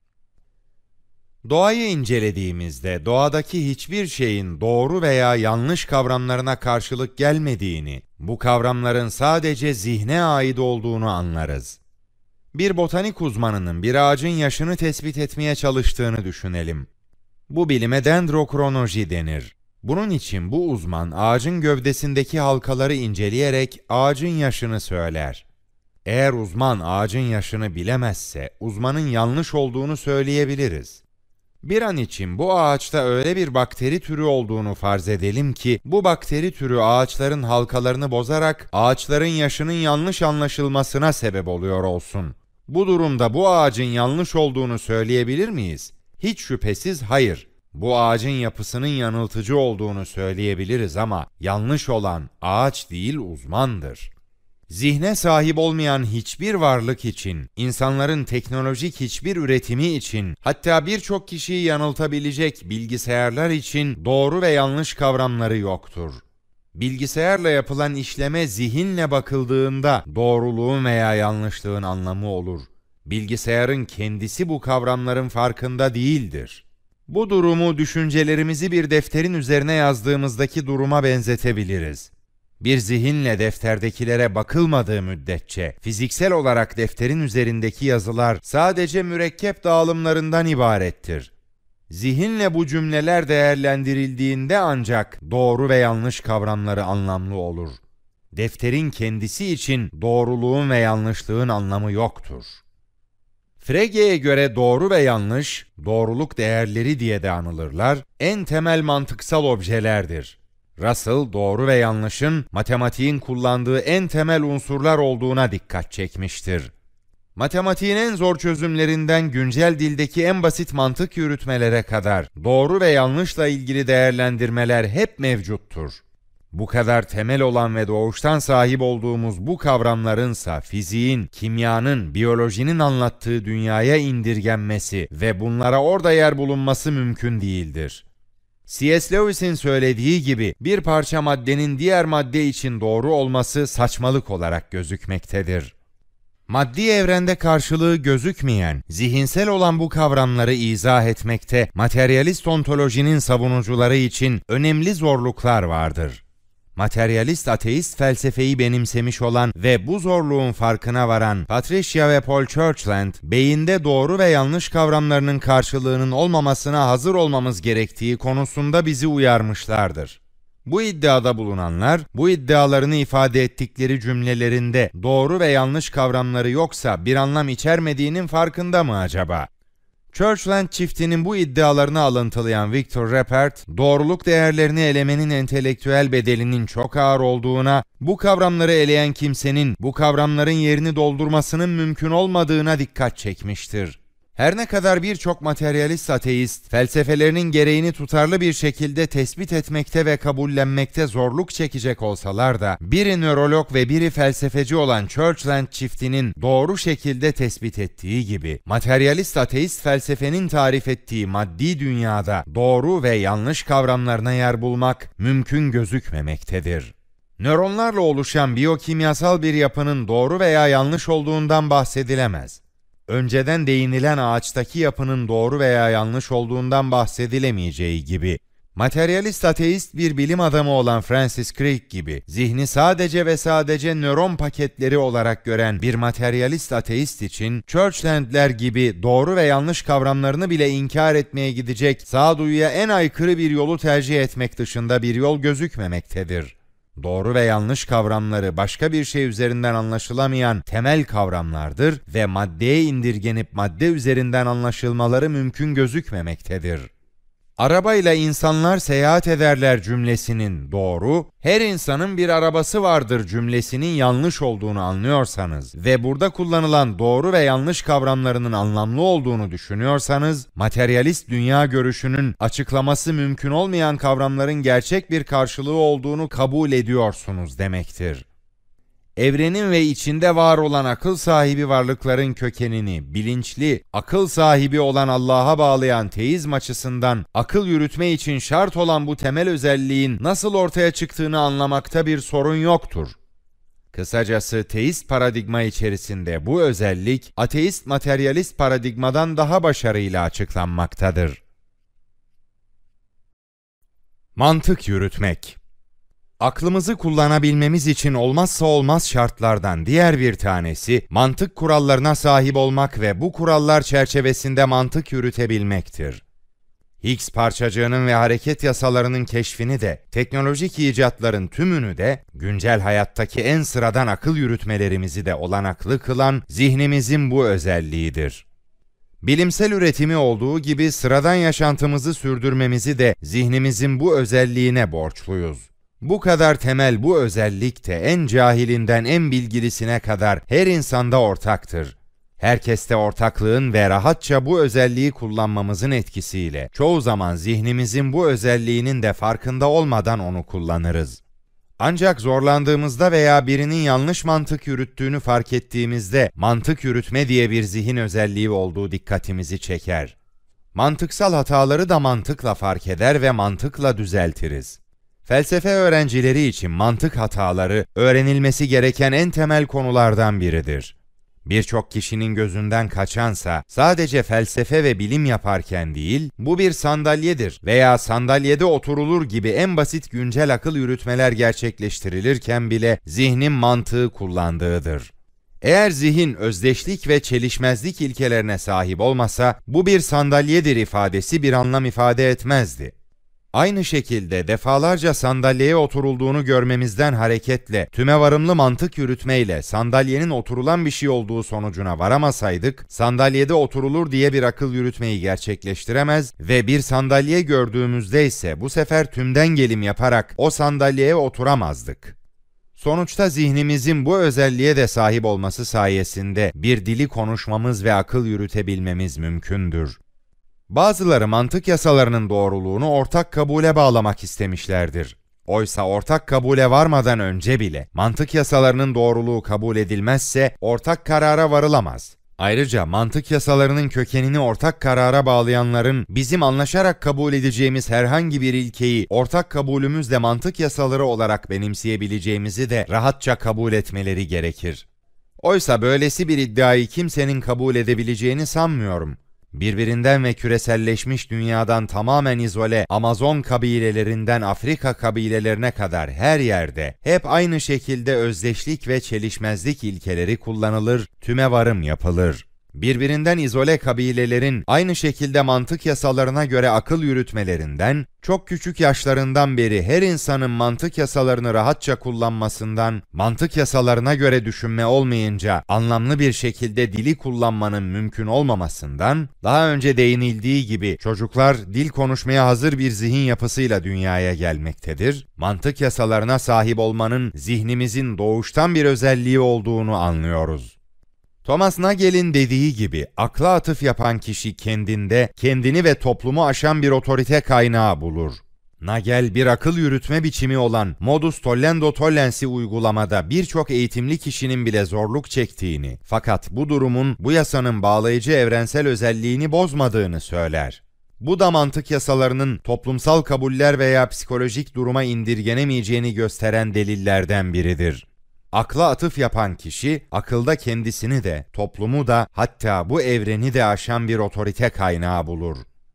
Doğayı incelediğimizde doğadaki hiçbir şeyin doğru veya yanlış kavramlarına karşılık gelmediğini, bu kavramların sadece zihne ait olduğunu anlarız. Bir botanik uzmanının bir ağacın yaşını tespit etmeye çalıştığını düşünelim. Bu bilime dendrokronoloji denir. Bunun için bu uzman ağacın gövdesindeki halkaları inceleyerek ağacın yaşını söyler. Eğer uzman ağacın yaşını bilemezse uzmanın yanlış olduğunu söyleyebiliriz. Bir an için bu ağaçta öyle bir bakteri türü olduğunu farz edelim ki bu bakteri türü ağaçların halkalarını bozarak ağaçların yaşının yanlış anlaşılmasına sebep oluyor olsun. Bu durumda bu ağacın yanlış olduğunu söyleyebilir miyiz? Hiç şüphesiz hayır. Bu ağacın yapısının yanıltıcı olduğunu söyleyebiliriz ama yanlış olan ağaç değil uzmandır. Zihne sahip olmayan hiçbir varlık için, insanların teknolojik hiçbir üretimi için, hatta birçok kişiyi yanıltabilecek bilgisayarlar için doğru ve yanlış kavramları yoktur. Bilgisayarla yapılan işleme zihinle bakıldığında doğruluğun veya yanlışlığın anlamı olur. Bilgisayarın kendisi bu kavramların farkında değildir. Bu durumu düşüncelerimizi bir defterin üzerine yazdığımızdaki duruma benzetebiliriz. Bir zihinle defterdekilere bakılmadığı müddetçe fiziksel olarak defterin üzerindeki yazılar sadece mürekkep dağılımlarından ibarettir. Zihinle bu cümleler değerlendirildiğinde ancak doğru ve yanlış kavramları anlamlı olur. Defterin kendisi için doğruluğun ve yanlışlığın anlamı yoktur. Frege'ye göre doğru ve yanlış, doğruluk değerleri diye de anılırlar, en temel mantıksal objelerdir. Russell, doğru ve yanlışın matematiğin kullandığı en temel unsurlar olduğuna dikkat çekmiştir. Matematiğin en zor çözümlerinden güncel dildeki en basit mantık yürütmelere kadar doğru ve yanlışla ilgili değerlendirmeler hep mevcuttur. Bu kadar temel olan ve doğuştan sahip olduğumuz bu kavramlarınsa fiziğin, kimyanın, biyolojinin anlattığı dünyaya indirgenmesi ve bunlara orada yer bulunması mümkün değildir. C.S. Lewis'in söylediği gibi bir parça maddenin diğer madde için doğru olması saçmalık olarak gözükmektedir. Maddi evrende karşılığı gözükmeyen, zihinsel olan bu kavramları izah etmekte materyalist ontolojinin savunucuları için önemli zorluklar vardır. Materyalist ateist felsefeyi benimsemiş olan ve bu zorluğun farkına varan Patricia ve Paul Churchland, beyinde doğru ve yanlış kavramlarının karşılığının olmamasına hazır olmamız gerektiği konusunda bizi uyarmışlardır. Bu iddiada bulunanlar, bu iddialarını ifade ettikleri cümlelerinde doğru ve yanlış kavramları yoksa bir anlam içermediğinin farkında mı acaba? Churchland çiftinin bu iddialarını alıntılayan Victor Reppert, doğruluk değerlerini elemenin entelektüel bedelinin çok ağır olduğuna, bu kavramları eleyen kimsenin bu kavramların yerini doldurmasının mümkün olmadığına dikkat çekmiştir. Her ne kadar birçok materyalist ateist, felsefelerinin gereğini tutarlı bir şekilde tespit etmekte ve kabullenmekte zorluk çekecek olsalar da, biri nörolog ve biri felsefeci olan Churchland çiftinin doğru şekilde tespit ettiği gibi, materyalist ateist felsefenin tarif ettiği maddi dünyada doğru ve yanlış kavramlarına yer bulmak mümkün gözükmemektedir. Nöronlarla oluşan biyokimyasal bir yapının doğru veya yanlış olduğundan bahsedilemez. Önceden değinilen ağaçtaki yapının doğru veya yanlış olduğundan bahsedilemeyeceği gibi, materyalist ateist bir bilim adamı olan Francis Crick gibi, zihni sadece ve sadece nöron paketleri olarak gören bir materyalist ateist için, Churchland'ler gibi doğru ve yanlış kavramlarını bile inkar etmeye gidecek, sağduyuya en aykırı bir yolu tercih etmek dışında bir yol gözükmemektedir. Doğru ve yanlış kavramları başka bir şey üzerinden anlaşılamayan temel kavramlardır ve maddeye indirgenip madde üzerinden anlaşılmaları mümkün gözükmemektedir. Arabayla insanlar seyahat ederler cümlesinin doğru, her insanın bir arabası vardır cümlesinin yanlış olduğunu anlıyorsanız ve burada kullanılan doğru ve yanlış kavramlarının anlamlı olduğunu düşünüyorsanız, materyalist dünya görüşünün açıklaması mümkün olmayan kavramların gerçek bir karşılığı olduğunu kabul ediyorsunuz demektir. Evrenin ve içinde var olan akıl sahibi varlıkların kökenini bilinçli, akıl sahibi olan Allah'a bağlayan teizm açısından akıl yürütme için şart olan bu temel özelliğin nasıl ortaya çıktığını anlamakta bir sorun yoktur. Kısacası teist paradigma içerisinde bu özellik, ateist materyalist paradigmadan daha başarıyla açıklanmaktadır. Mantık yürütmek. Aklımızı kullanabilmemiz için olmazsa olmaz şartlardan diğer bir tanesi, mantık kurallarına sahip olmak ve bu kurallar çerçevesinde mantık yürütebilmektir. Higgs parçacığının ve hareket yasalarının keşfini de, teknolojik icatların tümünü de, güncel hayattaki en sıradan akıl yürütmelerimizi de olanaklı kılan zihnimizin bu özelliğidir. Bilimsel üretimi olduğu gibi sıradan yaşantımızı sürdürmemizi de zihnimizin bu özelliğine borçluyuz. Bu kadar temel bu özellik de en cahilinden en bilgilisine kadar her insanda ortaktır. Herkeste ortaklığın ve rahatça bu özelliği kullanmamızın etkisiyle çoğu zaman zihnimizin bu özelliğinin de farkında olmadan onu kullanırız. Ancak zorlandığımızda veya birinin yanlış mantık yürüttüğünü fark ettiğimizde mantık yürütme diye bir zihin özelliği olduğu dikkatimizi çeker. Mantıksal hataları da mantıkla fark eder ve mantıkla düzeltiriz. Felsefe öğrencileri için mantık hataları öğrenilmesi gereken en temel konulardan biridir. Birçok kişinin gözünden kaçansa sadece felsefe ve bilim yaparken değil, bu bir sandalyedir veya sandalyede oturulur gibi en basit güncel akıl yürütmeler gerçekleştirilirken bile zihnin mantığı kullandığıdır. Eğer zihin özdeşlik ve çelişmezlik ilkelerine sahip olmasa, bu bir sandalyedir ifadesi bir anlam ifade etmezdi. Aynı şekilde defalarca sandalyeye oturulduğunu görmemizden hareketle tümevarımlı mantık yürütmeyle sandalyenin oturulan bir şey olduğu sonucuna varamasaydık, sandalyede oturulur diye bir akıl yürütmeyi gerçekleştiremez ve bir sandalye gördüğümüzde ise bu sefer tümden gelim yaparak o sandalyeye oturamazdık. Sonuçta zihnimizin bu özelliğe de sahip olması sayesinde bir dili konuşmamız ve akıl yürütebilmemiz mümkündür. Bazıları mantık yasalarının doğruluğunu ortak kabule bağlamak istemişlerdir. Oysa ortak kabule varmadan önce bile mantık yasalarının doğruluğu kabul edilmezse ortak karara varılamaz. Ayrıca mantık yasalarının kökenini ortak karara bağlayanların bizim anlaşarak kabul edeceğimiz herhangi bir ilkeyi ortak kabulümüzle mantık yasaları olarak benimseyebileceğimizi de rahatça kabul etmeleri gerekir. Oysa böylesi bir iddiayı kimsenin kabul edebileceğini sanmıyorum. Birbirinden ve küreselleşmiş dünyadan tamamen izole Amazon kabilelerinden Afrika kabilelerine kadar her yerde hep aynı şekilde özdeşlik ve çelişmezlik ilkeleri kullanılır, tümevarım yapılır. Birbirinden izole kabilelerin aynı şekilde mantık yasalarına göre akıl yürütmelerinden, çok küçük yaşlarından beri her insanın mantık yasalarını rahatça kullanmasından, mantık yasalarına göre düşünme olmayınca anlamlı bir şekilde dili kullanmanın mümkün olmamasından, daha önce değinildiği gibi çocuklar dil konuşmaya hazır bir zihin yapısıyla dünyaya gelmektedir. Mantık yasalarına sahip olmanın zihnimizin doğuştan bir özelliği olduğunu anlıyoruz. Thomas Nagel'in dediği gibi akla atıf yapan kişi kendini ve toplumu aşan bir otorite kaynağı bulur. Nagel bir akıl yürütme biçimi olan modus tollendo tollens'i uygulamada birçok eğitimli kişinin bile zorluk çektiğini, fakat bu durumun bu yasanın bağlayıcı evrensel özelliğini bozmadığını söyler. Bu da mantık yasalarının toplumsal kabuller veya psikolojik duruma indirgenemeyeceğini gösteren delillerden biridir. Akla atıf yapan kişi, akılda kendisini de, toplumu da, hatta bu evreni de aşan bir otorite kaynağı bulur.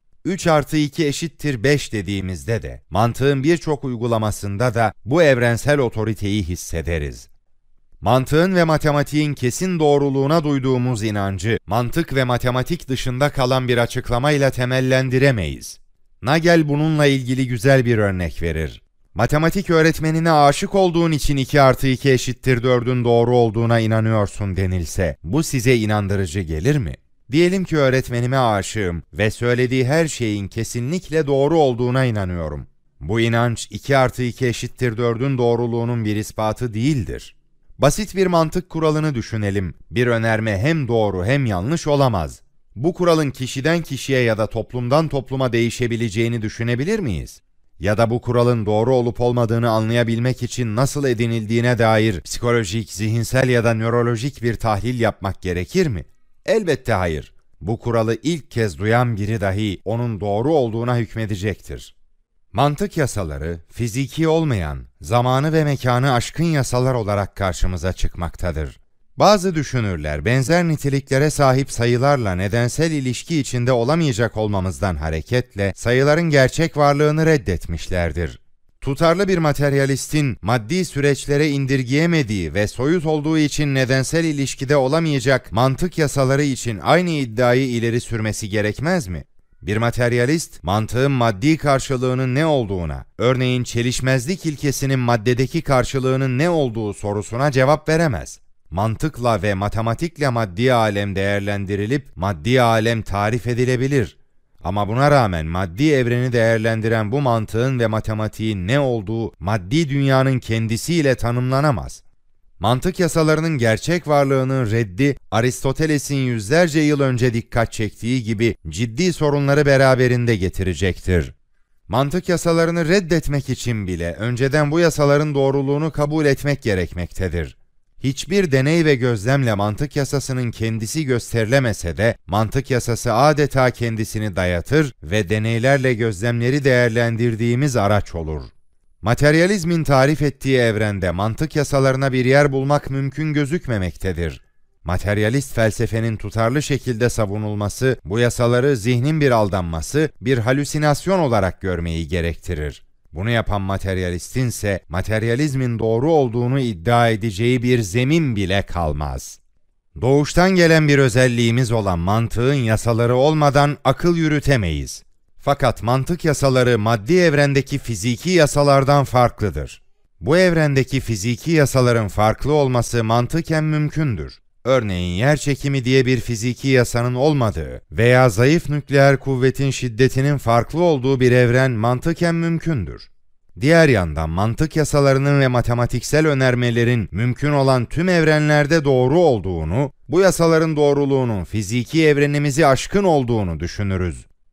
3+2 = 5 dediğimizde de, mantığın birçok uygulamasında da bu evrensel otoriteyi hissederiz. Mantığın ve matematiğin kesin doğruluğuna duyduğumuz inancı, mantık ve matematik dışında kalan bir açıklamayla temellendiremeyiz. Nagel bununla ilgili güzel bir örnek verir. Matematik öğretmenine aşık olduğun için 2+2 = 4'ün doğru olduğuna inanıyorsun denilse, bu size inandırıcı gelir mi? Diyelim ki öğretmenime aşığım ve söylediği her şeyin kesinlikle doğru olduğuna inanıyorum. Bu inanç 2+2 = 4'ün doğruluğunun bir ispatı değildir. Basit bir mantık kuralını düşünelim. Bir önerme hem doğru hem yanlış olamaz. Bu kuralın kişiden kişiye ya da toplumdan topluma değişebileceğini düşünebilir miyiz? Ya da bu kuralın doğru olup olmadığını anlayabilmek için nasıl edinildiğine dair psikolojik, zihinsel ya da nörolojik bir tahlil yapmak gerekir mi? Elbette hayır. Bu kuralı ilk kez duyan biri dahi onun doğru olduğuna hükmedecektir. Mantık yasaları, fiziki olmayan, zamanı ve mekanı aşkın yasalar olarak karşımıza çıkmaktadır. Bazı düşünürler benzer niteliklere sahip sayılarla nedensel ilişki içinde olamayacak olmamızdan hareketle sayıların gerçek varlığını reddetmişlerdir. Tutarlı bir materyalistin maddi süreçlere indirgeyemediği ve soyut olduğu için nedensel ilişkide olamayacak mantık yasaları için aynı iddiayı ileri sürmesi gerekmez mi? Bir materyalist, mantığın maddi karşılığının ne olduğuna, örneğin çelişmezlik ilkesinin maddedeki karşılığının ne olduğu sorusuna cevap veremez. Mantıkla ve matematikle maddi alem değerlendirilip maddi alem tarif edilebilir. Ama buna rağmen maddi evreni değerlendiren bu mantığın ve matematiğin ne olduğu maddi dünyanın kendisiyle tanımlanamaz. Mantık yasalarının gerçek varlığının reddi, Aristoteles'in yüzlerce yıl önce dikkat çektiği gibi ciddi sorunları beraberinde getirecektir. Mantık yasalarını reddetmek için bile önceden bu yasaların doğruluğunu kabul etmek gerekmektedir. Hiçbir deney ve gözlemle mantık yasasının kendisi gösterilemese de, mantık yasası adeta kendisini dayatır ve deneylerle gözlemleri değerlendirdiğimiz araç olur. Materyalizmin tarif ettiği evrende mantık yasalarına bir yer bulmak mümkün gözükmemektedir. Materyalist felsefenin tutarlı şekilde savunulması, bu yasaları zihnin bir aldanması, bir halüsinasyon olarak görmeyi gerektirir. Bunu yapan materyalistin ise materyalizmin doğru olduğunu iddia edeceği bir zemin bile kalmaz. Doğuştan gelen bir özelliğimiz olan mantığın yasaları olmadan akıl yürütemeyiz. Fakat mantık yasaları maddi evrendeki fiziki yasalardan farklıdır. Bu evrendeki fiziki yasaların farklı olması mantıken mümkündür. Örneğin yerçekimi diye bir fiziki yasanın olmadığı veya zayıf nükleer kuvvetin şiddetinin farklı olduğu bir evren mantıken mümkündür. Diğer yandan mantık yasalarının ve matematiksel önermelerin mümkün olan tüm evrenlerde doğru olduğunu, bu yasaların doğruluğunun fiziki evrenimizi aşkın olduğunu düşünürüz.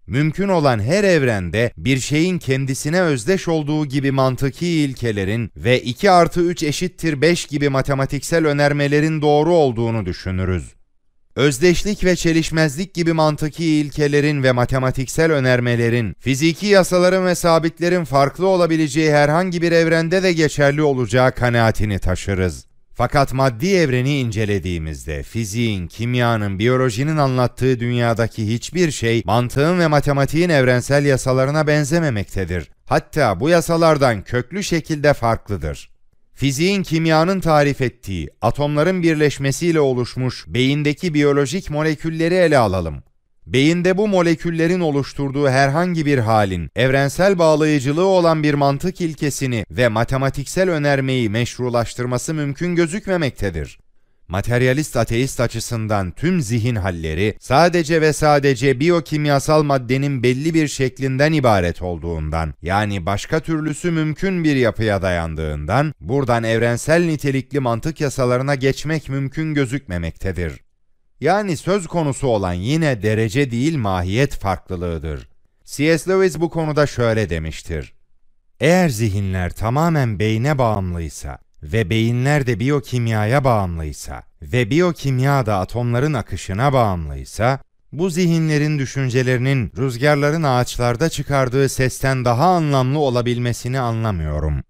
mümkün olan her evrende bir şeyin kendisine özdeş olduğu gibi mantıki ilkelerin ve 2 artı 3 eşittir 5 gibi matematiksel önermelerin doğru olduğunu düşünürüz. Özdeşlik ve çelişmezlik gibi mantıki ilkelerin ve matematiksel önermelerin, fiziki yasaların ve sabitlerin farklı olabileceği herhangi bir evrende de geçerli olacağı kanaatini taşırız. Fakat maddi evreni incelediğimizde fiziğin, kimyanın, biyolojinin anlattığı dünyadaki hiçbir şey mantığın ve matematiğin evrensel yasalarına benzememektedir. Hatta bu yasalardan köklü şekilde farklıdır. Fiziğin, kimyanın tarif ettiği atomların birleşmesiyle oluşmuş beyindeki biyolojik molekülleri ele alalım. Beyinde bu moleküllerin oluşturduğu herhangi bir halin evrensel bağlayıcılığı olan bir mantık ilkesini ve matematiksel önermeyi meşrulaştırması mümkün gözükmemektedir. Materyalist ateist açısından tüm zihin halleri sadece ve sadece biyokimyasal maddenin belli bir şeklinden ibaret olduğundan, yani başka türlüsü mümkün bir yapıya dayandığından, buradan evrensel nitelikli mantık yasalarına geçmek mümkün gözükmemektedir. Yani söz konusu olan yine derece değil mahiyet farklılığıdır. C.S. Lewis bu konuda şöyle demiştir: Eğer zihinler tamamen beyne bağımlıysa ve beyinler de biyokimyaya bağımlıysa ve biyokimya da atomların akışına bağımlıysa, bu zihinlerin düşüncelerinin rüzgarların ağaçlarda çıkardığı sesten daha anlamlı olabilmesini anlamıyorum.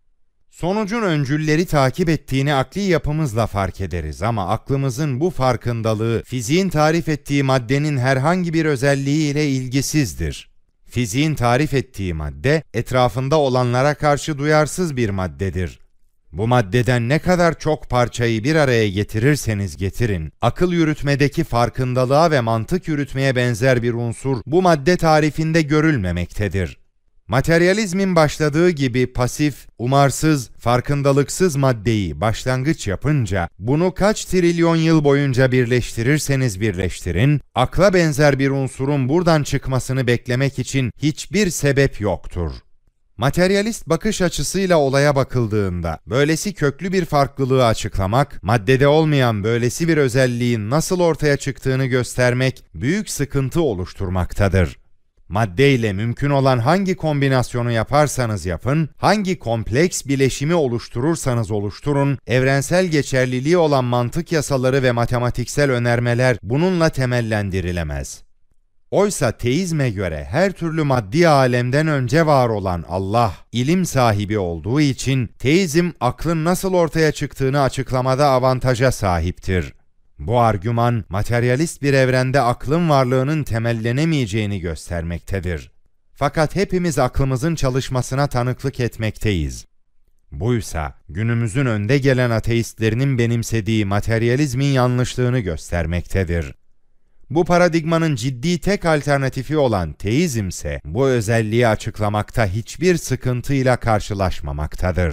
Sonucun öncülleri takip ettiğini akli yapımızla fark ederiz ama aklımızın bu farkındalığı fiziğin tarif ettiği maddenin herhangi bir özelliği ile ilgisizdir. Fiziğin tarif ettiği madde etrafında olanlara karşı duyarsız bir maddedir. Bu maddeden ne kadar çok parçayı bir araya getirirseniz getirin, akıl yürütmedeki farkındalığa ve mantık yürütmeye benzer bir unsur bu madde tarifinde görülmemektedir. Materyalizmin başladığı gibi pasif, umarsız, farkındalıksız maddeyi başlangıç yapınca, bunu kaç trilyon yıl boyunca birleştirirseniz birleştirin, akla benzer bir unsurun buradan çıkmasını beklemek için hiçbir sebep yoktur. Materyalist bakış açısıyla olaya bakıldığında, böylesi köklü bir farklılığı açıklamak, maddede olmayan böylesi bir özelliğin nasıl ortaya çıktığını göstermek büyük sıkıntı oluşturmaktadır. Maddeyle mümkün olan hangi kombinasyonu yaparsanız yapın, hangi kompleks bileşimi oluşturursanız oluşturun, evrensel geçerliliği olan mantık yasaları ve matematiksel önermeler bununla temellendirilemez. Oysa teizme göre her türlü maddi alemden önce var olan Allah, ilim sahibi olduğu için teizm aklın nasıl ortaya çıktığını açıklamada avantaja sahiptir. Bu argüman, materyalist bir evrende aklın varlığının temellenemeyeceğini göstermektedir. Fakat hepimiz aklımızın çalışmasına tanıklık etmekteyiz. Buysa, günümüzün önde gelen ateistlerinin benimsediği materyalizmin yanlışlığını göstermektedir. Bu paradigmanın ciddi tek alternatifi olan teizm ise bu özelliği açıklamakta hiçbir sıkıntıyla karşılaşmamaktadır.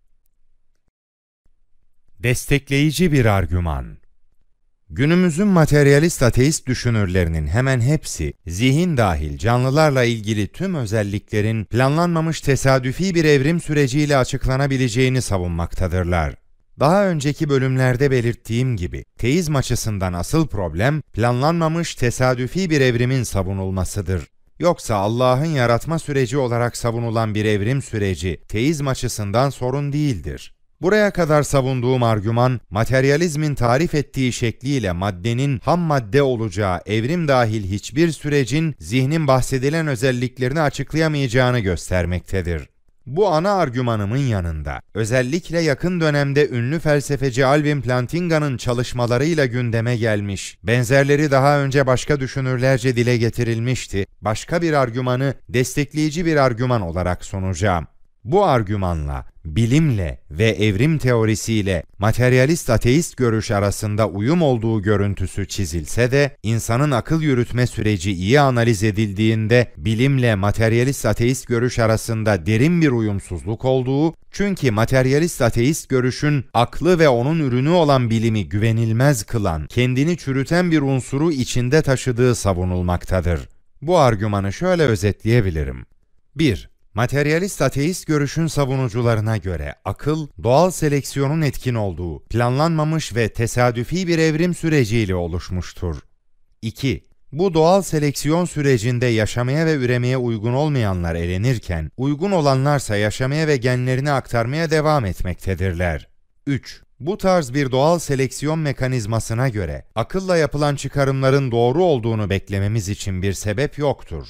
Destekleyici bir argüman. Günümüzün materyalist ateist düşünürlerinin hemen hepsi, zihin dahil canlılarla ilgili tüm özelliklerin planlanmamış tesadüfi bir evrim süreciyle açıklanabileceğini savunmaktadırlar. Daha önceki bölümlerde belirttiğim gibi, teizm açısından asıl problem, planlanmamış tesadüfi bir evrimin savunulmasıdır. Yoksa Allah'ın yaratma süreci olarak savunulan bir evrim süreci, teizm açısından sorun değildir. Buraya kadar savunduğum argüman, materyalizmin tarif ettiği şekliyle maddenin ham madde olacağı evrim dahil hiçbir sürecin zihnin bahsedilen özelliklerini açıklayamayacağını göstermektedir. Bu ana argümanımın yanında, özellikle yakın dönemde ünlü felsefeci Alvin Plantinga'nın çalışmalarıyla gündeme gelmiş, benzerleri daha önce başka düşünürlerce dile getirilmişti, başka bir argümanı destekleyici bir argüman olarak sunacağım. Bu argümanla, bilimle ve evrim teorisiyle materyalist ateist görüş arasında uyum olduğu görüntüsü çizilse de, insanın akıl yürütme süreci iyi analiz edildiğinde bilimle materyalist ateist görüş arasında derin bir uyumsuzluk olduğu, çünkü materyalist ateist görüşün aklı ve onun ürünü olan bilimi güvenilmez kılan, kendini çürüten bir unsuru içinde taşıdığı savunulmaktadır. Bu argümanı şöyle özetleyebilirim. 1. Materyalist ateist görüşün savunucularına göre akıl, doğal seleksiyonun etkin olduğu, planlanmamış ve tesadüfi bir evrim süreciyle oluşmuştur. 2. Bu doğal seleksiyon sürecinde yaşamaya ve üremeye uygun olmayanlar elenirken, uygun olanlarsa yaşamaya ve genlerini aktarmaya devam etmektedirler. 3. Bu tarz bir doğal seleksiyon mekanizmasına göre, akılla yapılan çıkarımların doğru olduğunu beklememiz için bir sebep yoktur.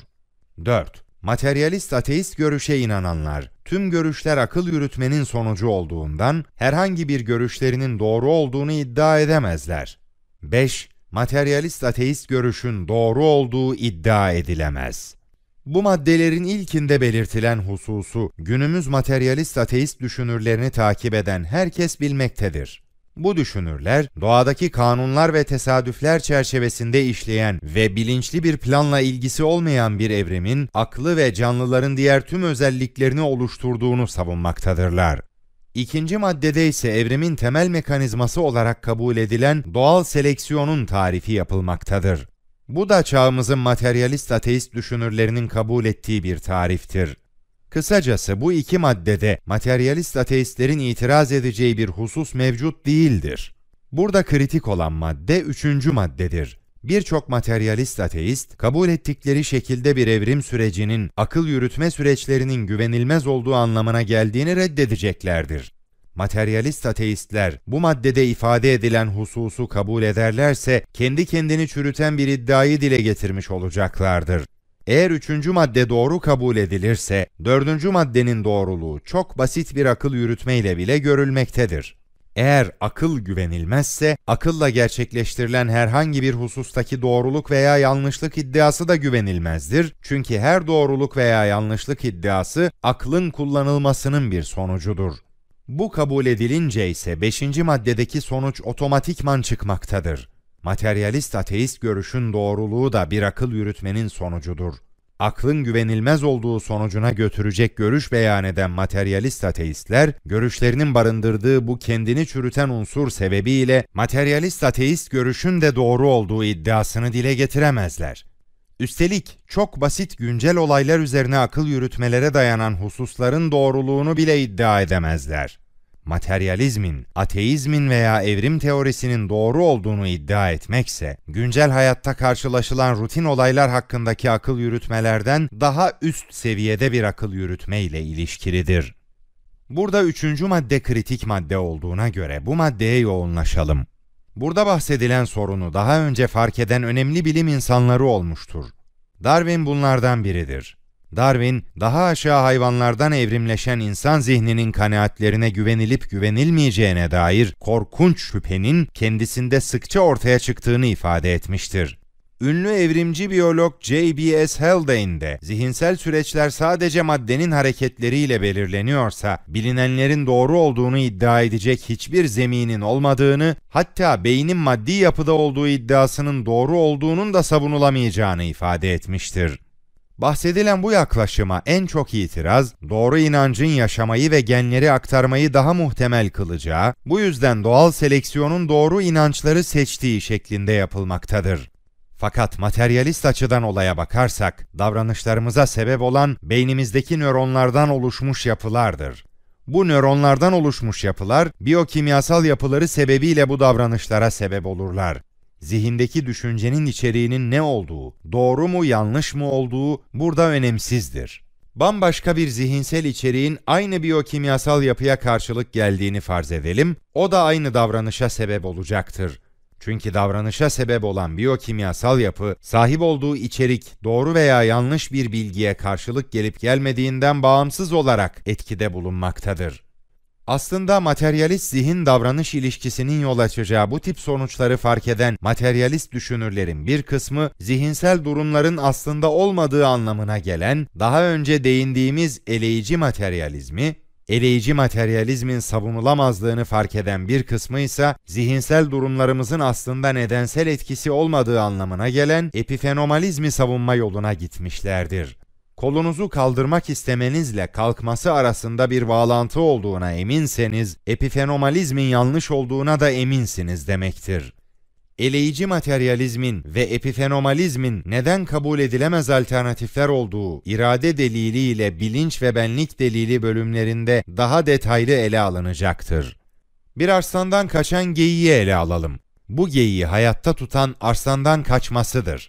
4. Materyalist ateist görüşe inananlar, tüm görüşler akıl yürütmenin sonucu olduğundan, herhangi bir görüşlerinin doğru olduğunu iddia edemezler. 5. Materyalist ateist görüşün doğru olduğu iddia edilemez. Bu maddelerin ilkinde belirtilen hususu, günümüz materyalist ateist düşünürlerini takip eden herkes bilmektedir. Bu düşünürler, doğadaki kanunlar ve tesadüfler çerçevesinde işleyen ve bilinçli bir planla ilgisi olmayan bir evrimin, aklı ve canlıların diğer tüm özelliklerini oluşturduğunu savunmaktadırlar. İkinci maddede ise evrimin temel mekanizması olarak kabul edilen doğal seleksiyonun tarifi yapılmaktadır. Bu da çağımızın materyalist ateist düşünürlerinin kabul ettiği bir tariftir. Kısacası bu iki maddede materyalist ateistlerin itiraz edeceği bir husus mevcut değildir. Burada kritik olan madde üçüncü maddedir. Birçok materyalist ateist, kabul ettikleri şekilde bir evrim sürecinin, akıl yürütme süreçlerinin güvenilmez olduğu anlamına geldiğini reddedeceklerdir. Materyalist ateistler, bu maddede ifade edilen hususu kabul ederlerse, kendi kendini çürüten bir iddiayı dile getirmiş olacaklardır. Eğer üçüncü madde doğru kabul edilirse, dördüncü maddenin doğruluğu çok basit bir akıl yürütmeyle bile görülmektedir. Eğer akıl güvenilmezse, akılla gerçekleştirilen herhangi bir husustaki doğruluk veya yanlışlık iddiası da güvenilmezdir. Çünkü her doğruluk veya yanlışlık iddiası, aklın kullanılmasının bir sonucudur. Bu kabul edilince ise 5. maddedeki sonuç otomatikman çıkmaktadır. Materyalist ateist görüşün doğruluğu da bir akıl yürütmenin sonucudur. Aklın güvenilmez olduğu sonucuna götürecek görüş beyan eden materyalist ateistler, görüşlerinin barındırdığı bu kendini çürüten unsur sebebiyle materyalist ateist görüşün de doğru olduğu iddiasını dile getiremezler. Üstelik çok basit güncel olaylar üzerine akıl yürütmelere dayanan hususların doğruluğunu bile iddia edemezler. Materyalizmin, ateizmin veya evrim teorisinin doğru olduğunu iddia etmekse, güncel hayatta karşılaşılan rutin olaylar hakkındaki akıl yürütmelerden daha üst seviyede bir akıl yürütme ile ilişkilidir. Burada üçüncü madde kritik madde olduğuna göre bu maddeye yoğunlaşalım. Burada bahsedilen sorunu daha önce fark eden önemli bilim insanları olmuştur. Darwin bunlardan biridir. Darwin, daha aşağı hayvanlardan evrimleşen insan zihninin kanaatlerine güvenilip güvenilmeyeceğine dair korkunç şüphenin kendisinde sıkça ortaya çıktığını ifade etmiştir. Ünlü evrimci biyolog J.B.S. Haldane de, zihinsel süreçler sadece maddenin hareketleriyle belirleniyorsa, bilinenlerin doğru olduğunu iddia edecek hiçbir zeminin olmadığını, hatta beynin maddi yapıda olduğu iddiasının doğru olduğunun da savunulamayacağını ifade etmiştir. Bahsedilen bu yaklaşıma en çok itiraz, doğru inancın yaşamayı ve genleri aktarmayı daha muhtemel kılacağı, bu yüzden doğal seleksiyonun doğru inançları seçtiği şeklinde yapılmaktadır. Fakat materyalist açıdan olaya bakarsak, davranışlarımıza sebep olan beynimizdeki nöronlardan oluşmuş yapılardır. Bu nöronlardan oluşmuş yapılar, biyokimyasal yapıları sebebiyle bu davranışlara sebep olurlar. Zihindeki düşüncenin içeriğinin ne olduğu, doğru mu yanlış mı olduğu burada önemsizdir. Bambaşka bir zihinsel içeriğin aynı biyokimyasal yapıya karşılık geldiğini farz edelim, o da aynı davranışa sebep olacaktır. Çünkü davranışa sebep olan biyokimyasal yapı, sahip olduğu içerik doğru veya yanlış bir bilgiye karşılık gelip gelmediğinden bağımsız olarak etkide bulunmaktadır. Aslında materyalist zihin-davranış ilişkisinin yol açacağı bu tip sonuçları fark eden materyalist düşünürlerin bir kısmı, zihinsel durumların aslında olmadığı anlamına gelen, daha önce değindiğimiz eleyici materyalizmi, eleyici materyalizmin savunulamazlığını fark eden bir kısmı ise, zihinsel durumlarımızın aslında nedensel etkisi olmadığı anlamına gelen epifenomalizmi savunma yoluna gitmişlerdir. Kolunuzu kaldırmak istemenizle kalkması arasında bir bağlantı olduğuna eminseniz, epifenomalizmin yanlış olduğuna da eminsiniz demektir. Eleyici materyalizmin ve epifenomalizmin neden kabul edilemez alternatifler olduğu irade delili ile bilinç ve benlik delili bölümlerinde daha detaylı ele alınacaktır. Bir arslandan kaçan geyiği ele alalım. Bu geyiği hayatta tutan arslandan kaçmasıdır.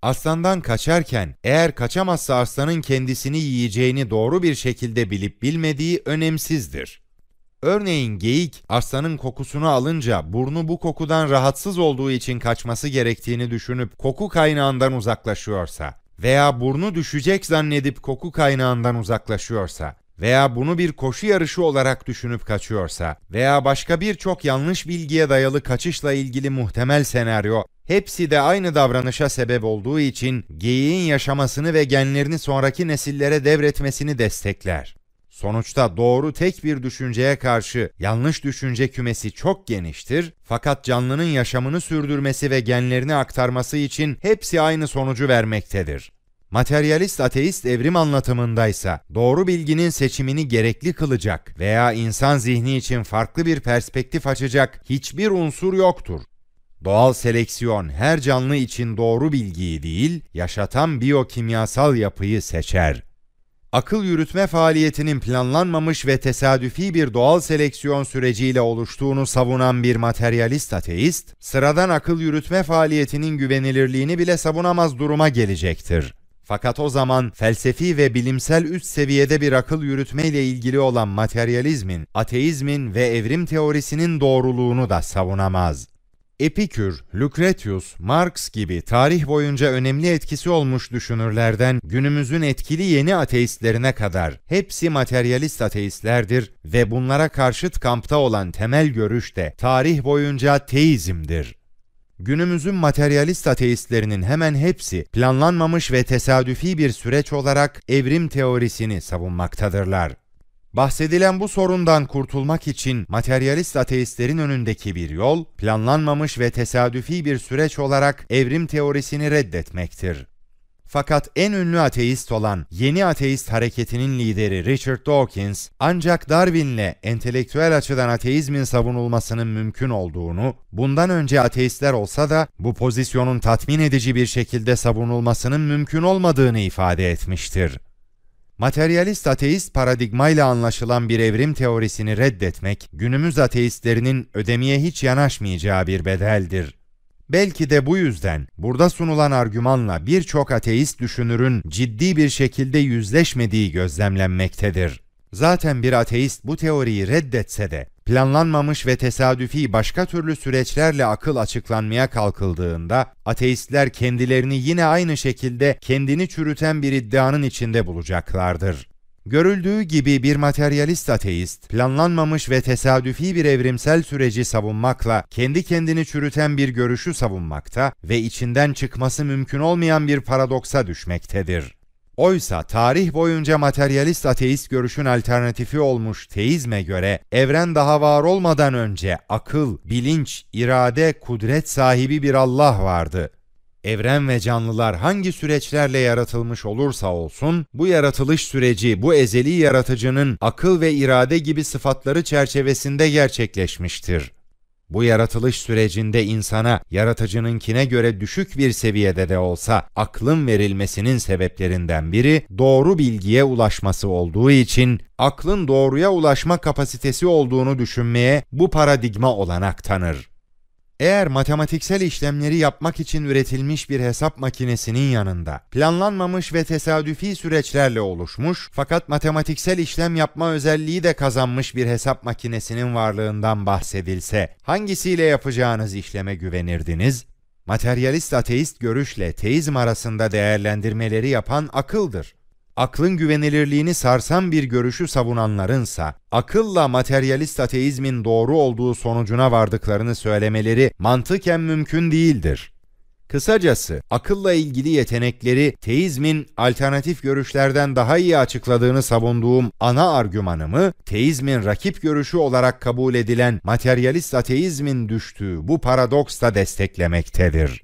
Aslandan kaçarken eğer kaçamazsa aslanın kendisini yiyeceğini doğru bir şekilde bilip bilmediği önemsizdir. Örneğin geyik, aslanın kokusunu alınca burnu bu kokudan rahatsız olduğu için kaçması gerektiğini düşünüp koku kaynağından uzaklaşıyorsa veya burnu düşecek zannedip koku kaynağından uzaklaşıyorsa veya bunu bir koşu yarışı olarak düşünüp kaçıyorsa veya başka birçok yanlış bilgiye dayalı kaçışla ilgili muhtemel senaryo, hepsi de aynı davranışa sebep olduğu için geyiğin yaşamasını ve genlerini sonraki nesillere devretmesini destekler. Sonuçta doğru tek bir düşünceye karşı yanlış düşünce kümesi çok geniştir, fakat canlının yaşamını sürdürmesi ve genlerini aktarması için hepsi aynı sonucu vermektedir. Materyalist ateist evrim anlatımındaysa doğru bilginin seçimini gerekli kılacak veya insan zihni için farklı bir perspektif açacak hiçbir unsur yoktur. Doğal seleksiyon her canlı için doğru bilgiyi değil, yaşatan biyokimyasal yapıyı seçer. Akıl yürütme faaliyetinin planlanmamış ve tesadüfi bir doğal seleksiyon süreciyle oluştuğunu savunan bir materyalist ateist, sıradan akıl yürütme faaliyetinin güvenilirliğini bile savunamaz duruma gelecektir. Fakat o zaman felsefi ve bilimsel üst seviyede bir akıl yürütmeyle ilgili olan materyalizmin, ateizmin ve evrim teorisinin doğruluğunu da savunamaz. Epikür, Lucretius, Marx gibi tarih boyunca önemli etkisi olmuş düşünürlerden günümüzün etkili yeni ateistlerine kadar hepsi materyalist ateistlerdir ve bunlara karşıt kampta olan temel görüş de tarih boyunca teizmdir. Günümüzün materyalist ateistlerinin hemen hepsi planlanmamış ve tesadüfi bir süreç olarak evrim teorisini savunmaktadırlar. Bahsedilen bu sorundan kurtulmak için materyalist ateistlerin önündeki bir yol, planlanmamış ve tesadüfi bir süreç olarak evrim teorisini reddetmektir. Fakat en ünlü ateist olan yeni ateist hareketinin lideri Richard Dawkins, ancak Darwin'le entelektüel açıdan ateizmin savunulmasının mümkün olduğunu, bundan önce ateistler olsa da bu pozisyonun tatmin edici bir şekilde savunulmasının mümkün olmadığını ifade etmiştir. Materyalist ateist paradigmayla anlaşılan bir evrim teorisini reddetmek, günümüz ateistlerinin ödemeye hiç yanaşmayacağı bir bedeldir. Belki de bu yüzden burada sunulan argümanla birçok ateist düşünürün ciddi bir şekilde yüzleşmediği gözlemlenmektedir. Zaten bir ateist bu teoriyi reddetse de, planlanmamış ve tesadüfi başka türlü süreçlerle akıl açıklanmaya kalkıldığında, ateistler kendilerini yine aynı şekilde kendini çürüten bir iddianın içinde bulacaklardır. Görüldüğü gibi bir materyalist ateist, planlanmamış ve tesadüfi bir evrimsel süreci savunmakla kendi kendini çürüten bir görüşü savunmakta ve içinden çıkması mümkün olmayan bir paradoksa düşmektedir. Oysa tarih boyunca materyalist ateist görüşün alternatifi olmuş teizme göre evren daha var olmadan önce akıl, bilinç, irade, kudret sahibi bir Allah vardı. Evren ve canlılar hangi süreçlerle yaratılmış olursa olsun, bu yaratılış süreci bu ezeli yaratıcının akıl ve irade gibi sıfatları çerçevesinde gerçekleşmiştir. Bu yaratılış sürecinde insana, yaratıcınınkine göre düşük bir seviyede de olsa aklın verilmesinin sebeplerinden biri doğru bilgiye ulaşması olduğu için aklın doğruya ulaşma kapasitesi olduğunu düşünmeye bu paradigma olanak tanır. Eğer matematiksel işlemleri yapmak için üretilmiş bir hesap makinesinin yanında planlanmamış ve tesadüfi süreçlerle oluşmuş fakat matematiksel işlem yapma özelliği de kazanmış bir hesap makinesinin varlığından bahsedilse hangisiyle yapacağınız işleme güvenirdiniz? Materyalist ateist görüşle teizm arasında değerlendirmeleri yapan akıldır. Aklın güvenilirliğini sarsan bir görüşü savunanlarınsa, akılla materyalist ateizmin doğru olduğu sonucuna vardıklarını söylemeleri mantıken mümkün değildir. Kısacası, akılla ilgili yetenekleri teizmin alternatif görüşlerden daha iyi açıkladığını savunduğum ana argümanımı, teizmin rakip görüşü olarak kabul edilen materyalist ateizmin düştüğü bu paradoksla desteklemektedir.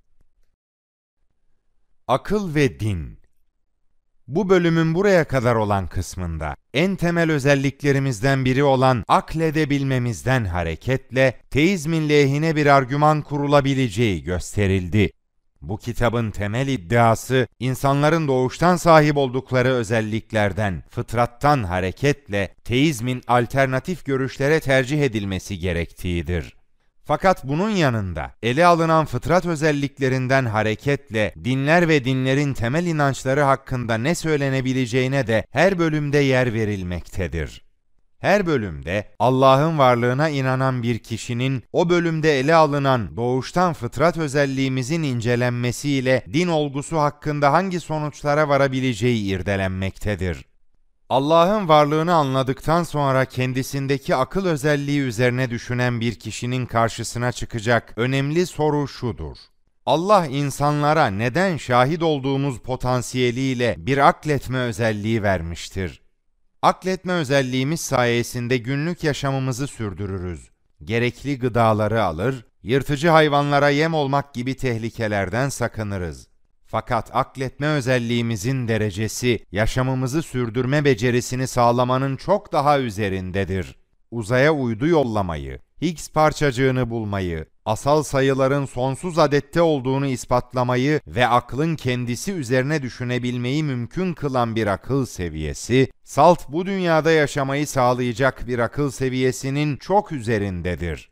Akıl ve din. Bu bölümün buraya kadar olan kısmında en temel özelliklerimizden biri olan akledebilmemizden hareketle teizmin lehine bir argüman kurulabileceği gösterildi. Bu kitabın temel iddiası insanların doğuştan sahip oldukları özelliklerden, fıtrattan hareketle teizmin alternatif görüşlere tercih edilmesi gerektiğidir. Fakat bunun yanında ele alınan fıtrat özelliklerinden hareketle dinler ve dinlerin temel inançları hakkında ne söylenebileceğine de her bölümde yer verilmektedir. Her bölümde Allah'ın varlığına inanan bir kişinin o bölümde ele alınan doğuştan fıtrat özelliğimizin incelenmesiyle din olgusu hakkında hangi sonuçlara varabileceği irdelenmektedir. Allah'ın varlığını anladıktan sonra kendisindeki akıl özelliği üzerine düşünen bir kişinin karşısına çıkacak önemli soru şudur: Allah insanlara neden şahit olduğumuz potansiyeliyle bir akletme özelliği vermiştir? Akletme özelliğimiz sayesinde günlük yaşamımızı sürdürürüz. Gerekli gıdaları alır, yırtıcı hayvanlara yem olmak gibi tehlikelerden sakınırız. Fakat akletme özelliğimizin derecesi, yaşamımızı sürdürme becerisini sağlamanın çok daha üzerindedir. Uzaya uydu yollamayı, Higgs parçacığını bulmayı, asal sayıların sonsuz adette olduğunu ispatlamayı ve aklın kendisi üzerine düşünebilmeyi mümkün kılan bir akıl seviyesi, salt bu dünyada yaşamayı sağlayacak bir akıl seviyesinin çok üzerindedir.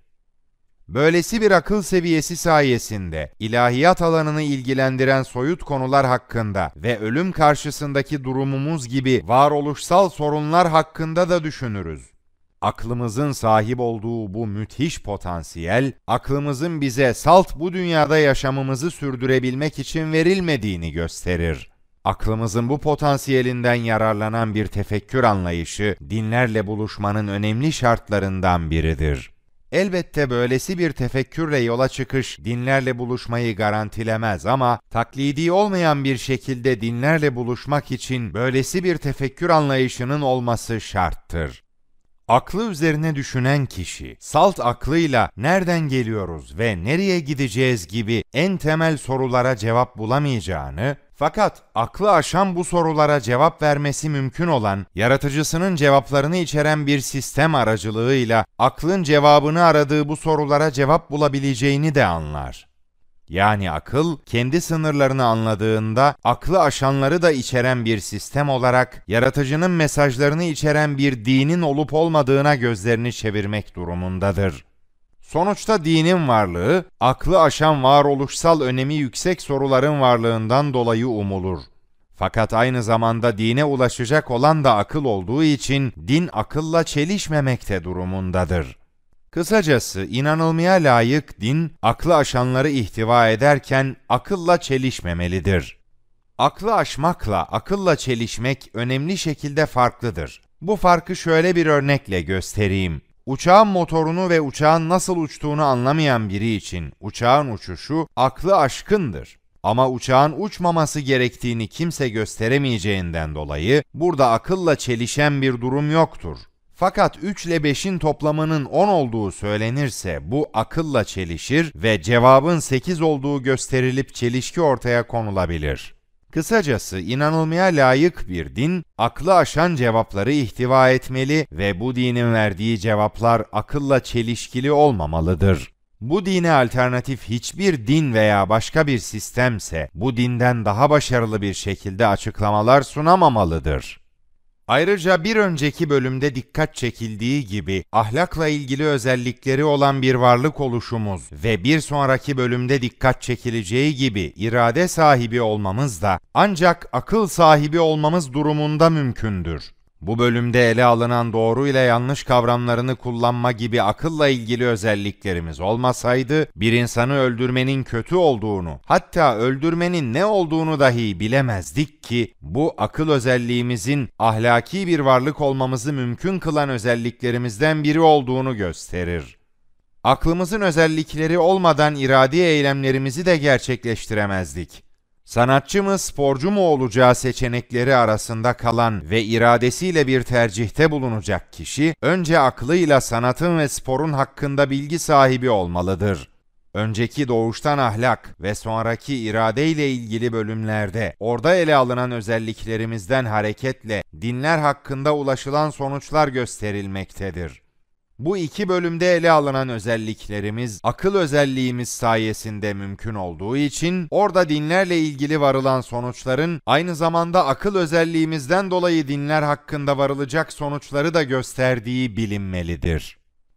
Böylesi bir akıl seviyesi sayesinde ilahiyat alanını ilgilendiren soyut konular hakkında ve ölüm karşısındaki durumumuz gibi varoluşsal sorunlar hakkında da düşünürüz. Aklımızın sahip olduğu bu müthiş potansiyel, aklımızın bize salt bu dünyada yaşamımızı sürdürebilmek için verilmediğini gösterir. Aklımızın bu potansiyelinden yararlanan bir tefekkür anlayışı, dinlerle buluşmanın önemli şartlarından biridir. Elbette böylesi bir tefekkürle yola çıkış dinlerle buluşmayı garantilemez ama taklidi olmayan bir şekilde dinlerle buluşmak için böylesi bir tefekkür anlayışının olması şarttır. Aklı üzerine düşünen kişi, salt aklıyla nereden geliyoruz ve nereye gideceğiz gibi en temel sorulara cevap bulamayacağını, fakat aklı aşan bu sorulara cevap vermesi mümkün olan, yaratıcısının cevaplarını içeren bir sistem aracılığıyla aklın cevabını aradığı bu sorulara cevap bulabileceğini de anlar. Yani akıl, kendi sınırlarını anladığında, aklı aşanları da içeren bir sistem olarak, yaratıcının mesajlarını içeren bir dinin olup olmadığına gözlerini çevirmek durumundadır. Sonuçta dinin varlığı, aklı aşan varoluşsal önemi yüksek soruların varlığından dolayı umulur. Fakat aynı zamanda dine ulaşacak olan da akıl olduğu için, din akılla çelişmemekte durumundadır. Kısacası inanılmaya layık din, aklı aşanları ihtiva ederken akılla çelişmemelidir. Aklı aşmakla akılla çelişmek önemli şekilde farklıdır. Bu farkı şöyle bir örnekle göstereyim. Uçağın motorunu ve uçağın nasıl uçtuğunu anlamayan biri için uçağın uçuşu aklı aşkındır. Ama uçağın uçmaması gerektiğini kimse gösteremeyeceğinden dolayı burada akılla çelişen bir durum yoktur. Fakat 3 ile 5'in toplamının 10 olduğu söylenirse bu akılla çelişir ve cevabın 8 olduğu gösterilip çelişki ortaya konulabilir. Kısacası inanılmaya layık bir din, aklı aşan cevapları ihtiva etmeli ve bu dinin verdiği cevaplar akılla çelişkili olmamalıdır. Bu dine alternatif hiçbir din veya başka bir sistemse bu dinden daha başarılı bir şekilde açıklamalar sunamamalıdır. Ayrıca bir önceki bölümde dikkat çekildiği gibi ahlakla ilgili özellikleri olan bir varlık oluşumuz ve bir sonraki bölümde dikkat çekileceği gibi irade sahibi olmamız da ancak akıl sahibi olmamız durumunda mümkündür. Bu bölümde ele alınan doğru ile yanlış kavramlarını kullanma gibi akılla ilgili özelliklerimiz olmasaydı, bir insanı öldürmenin kötü olduğunu, hatta öldürmenin ne olduğunu dahi bilemezdik ki, bu akıl özelliğimizin ahlaki bir varlık olmamızı mümkün kılan özelliklerimizden biri olduğunu gösterir. Aklımızın özellikleri olmadan iradi eylemlerimizi de gerçekleştiremezdik. Sanatçı mı, sporcu mu olacağı seçenekleri arasında kalan ve iradesiyle bir tercihte bulunacak kişi, önce aklıyla sanatın ve sporun hakkında bilgi sahibi olmalıdır. Önceki doğuştan ahlak ve sonraki iradeyle ilgili bölümlerde orada ele alınan özelliklerimizden hareketle dinler hakkında ulaşılan sonuçlar gösterilmektedir. Bu iki bölümde ele alınan özelliklerimiz, akıl özelliğimiz sayesinde mümkün olduğu için, orada dinlerle ilgili varılan sonuçların, aynı zamanda akıl özelliğimizden dolayı dinler hakkında varılacak sonuçları da gösterdiği bilinmelidir.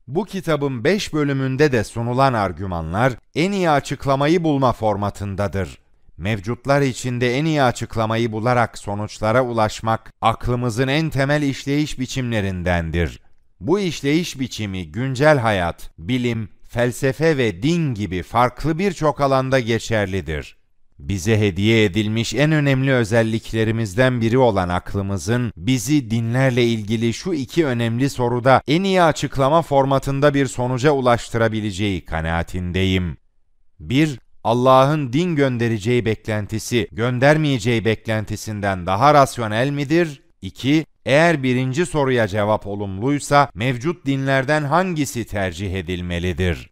Bu kitabın 5 bölümünde de sunulan argümanlar en iyi açıklamayı bulma formatındadır. Mevcutlar içinde en iyi açıklamayı bularak sonuçlara ulaşmak, aklımızın en temel işleyiş biçimlerindendir. Bu işleyiş biçimi güncel hayat, bilim, felsefe ve din gibi farklı birçok alanda geçerlidir. Bize hediye edilmiş en önemli özelliklerimizden biri olan aklımızın, bizi dinlerle ilgili şu iki önemli soruda en iyi açıklama formatında bir sonuca ulaştırabileceği kanaatindeyim. 1. Allah'ın din göndereceği beklentisi, göndermeyeceği beklentisinden daha rasyonel midir? 2. Eğer birinci soruya cevap olumluysa, mevcut dinlerden hangisi tercih edilmelidir?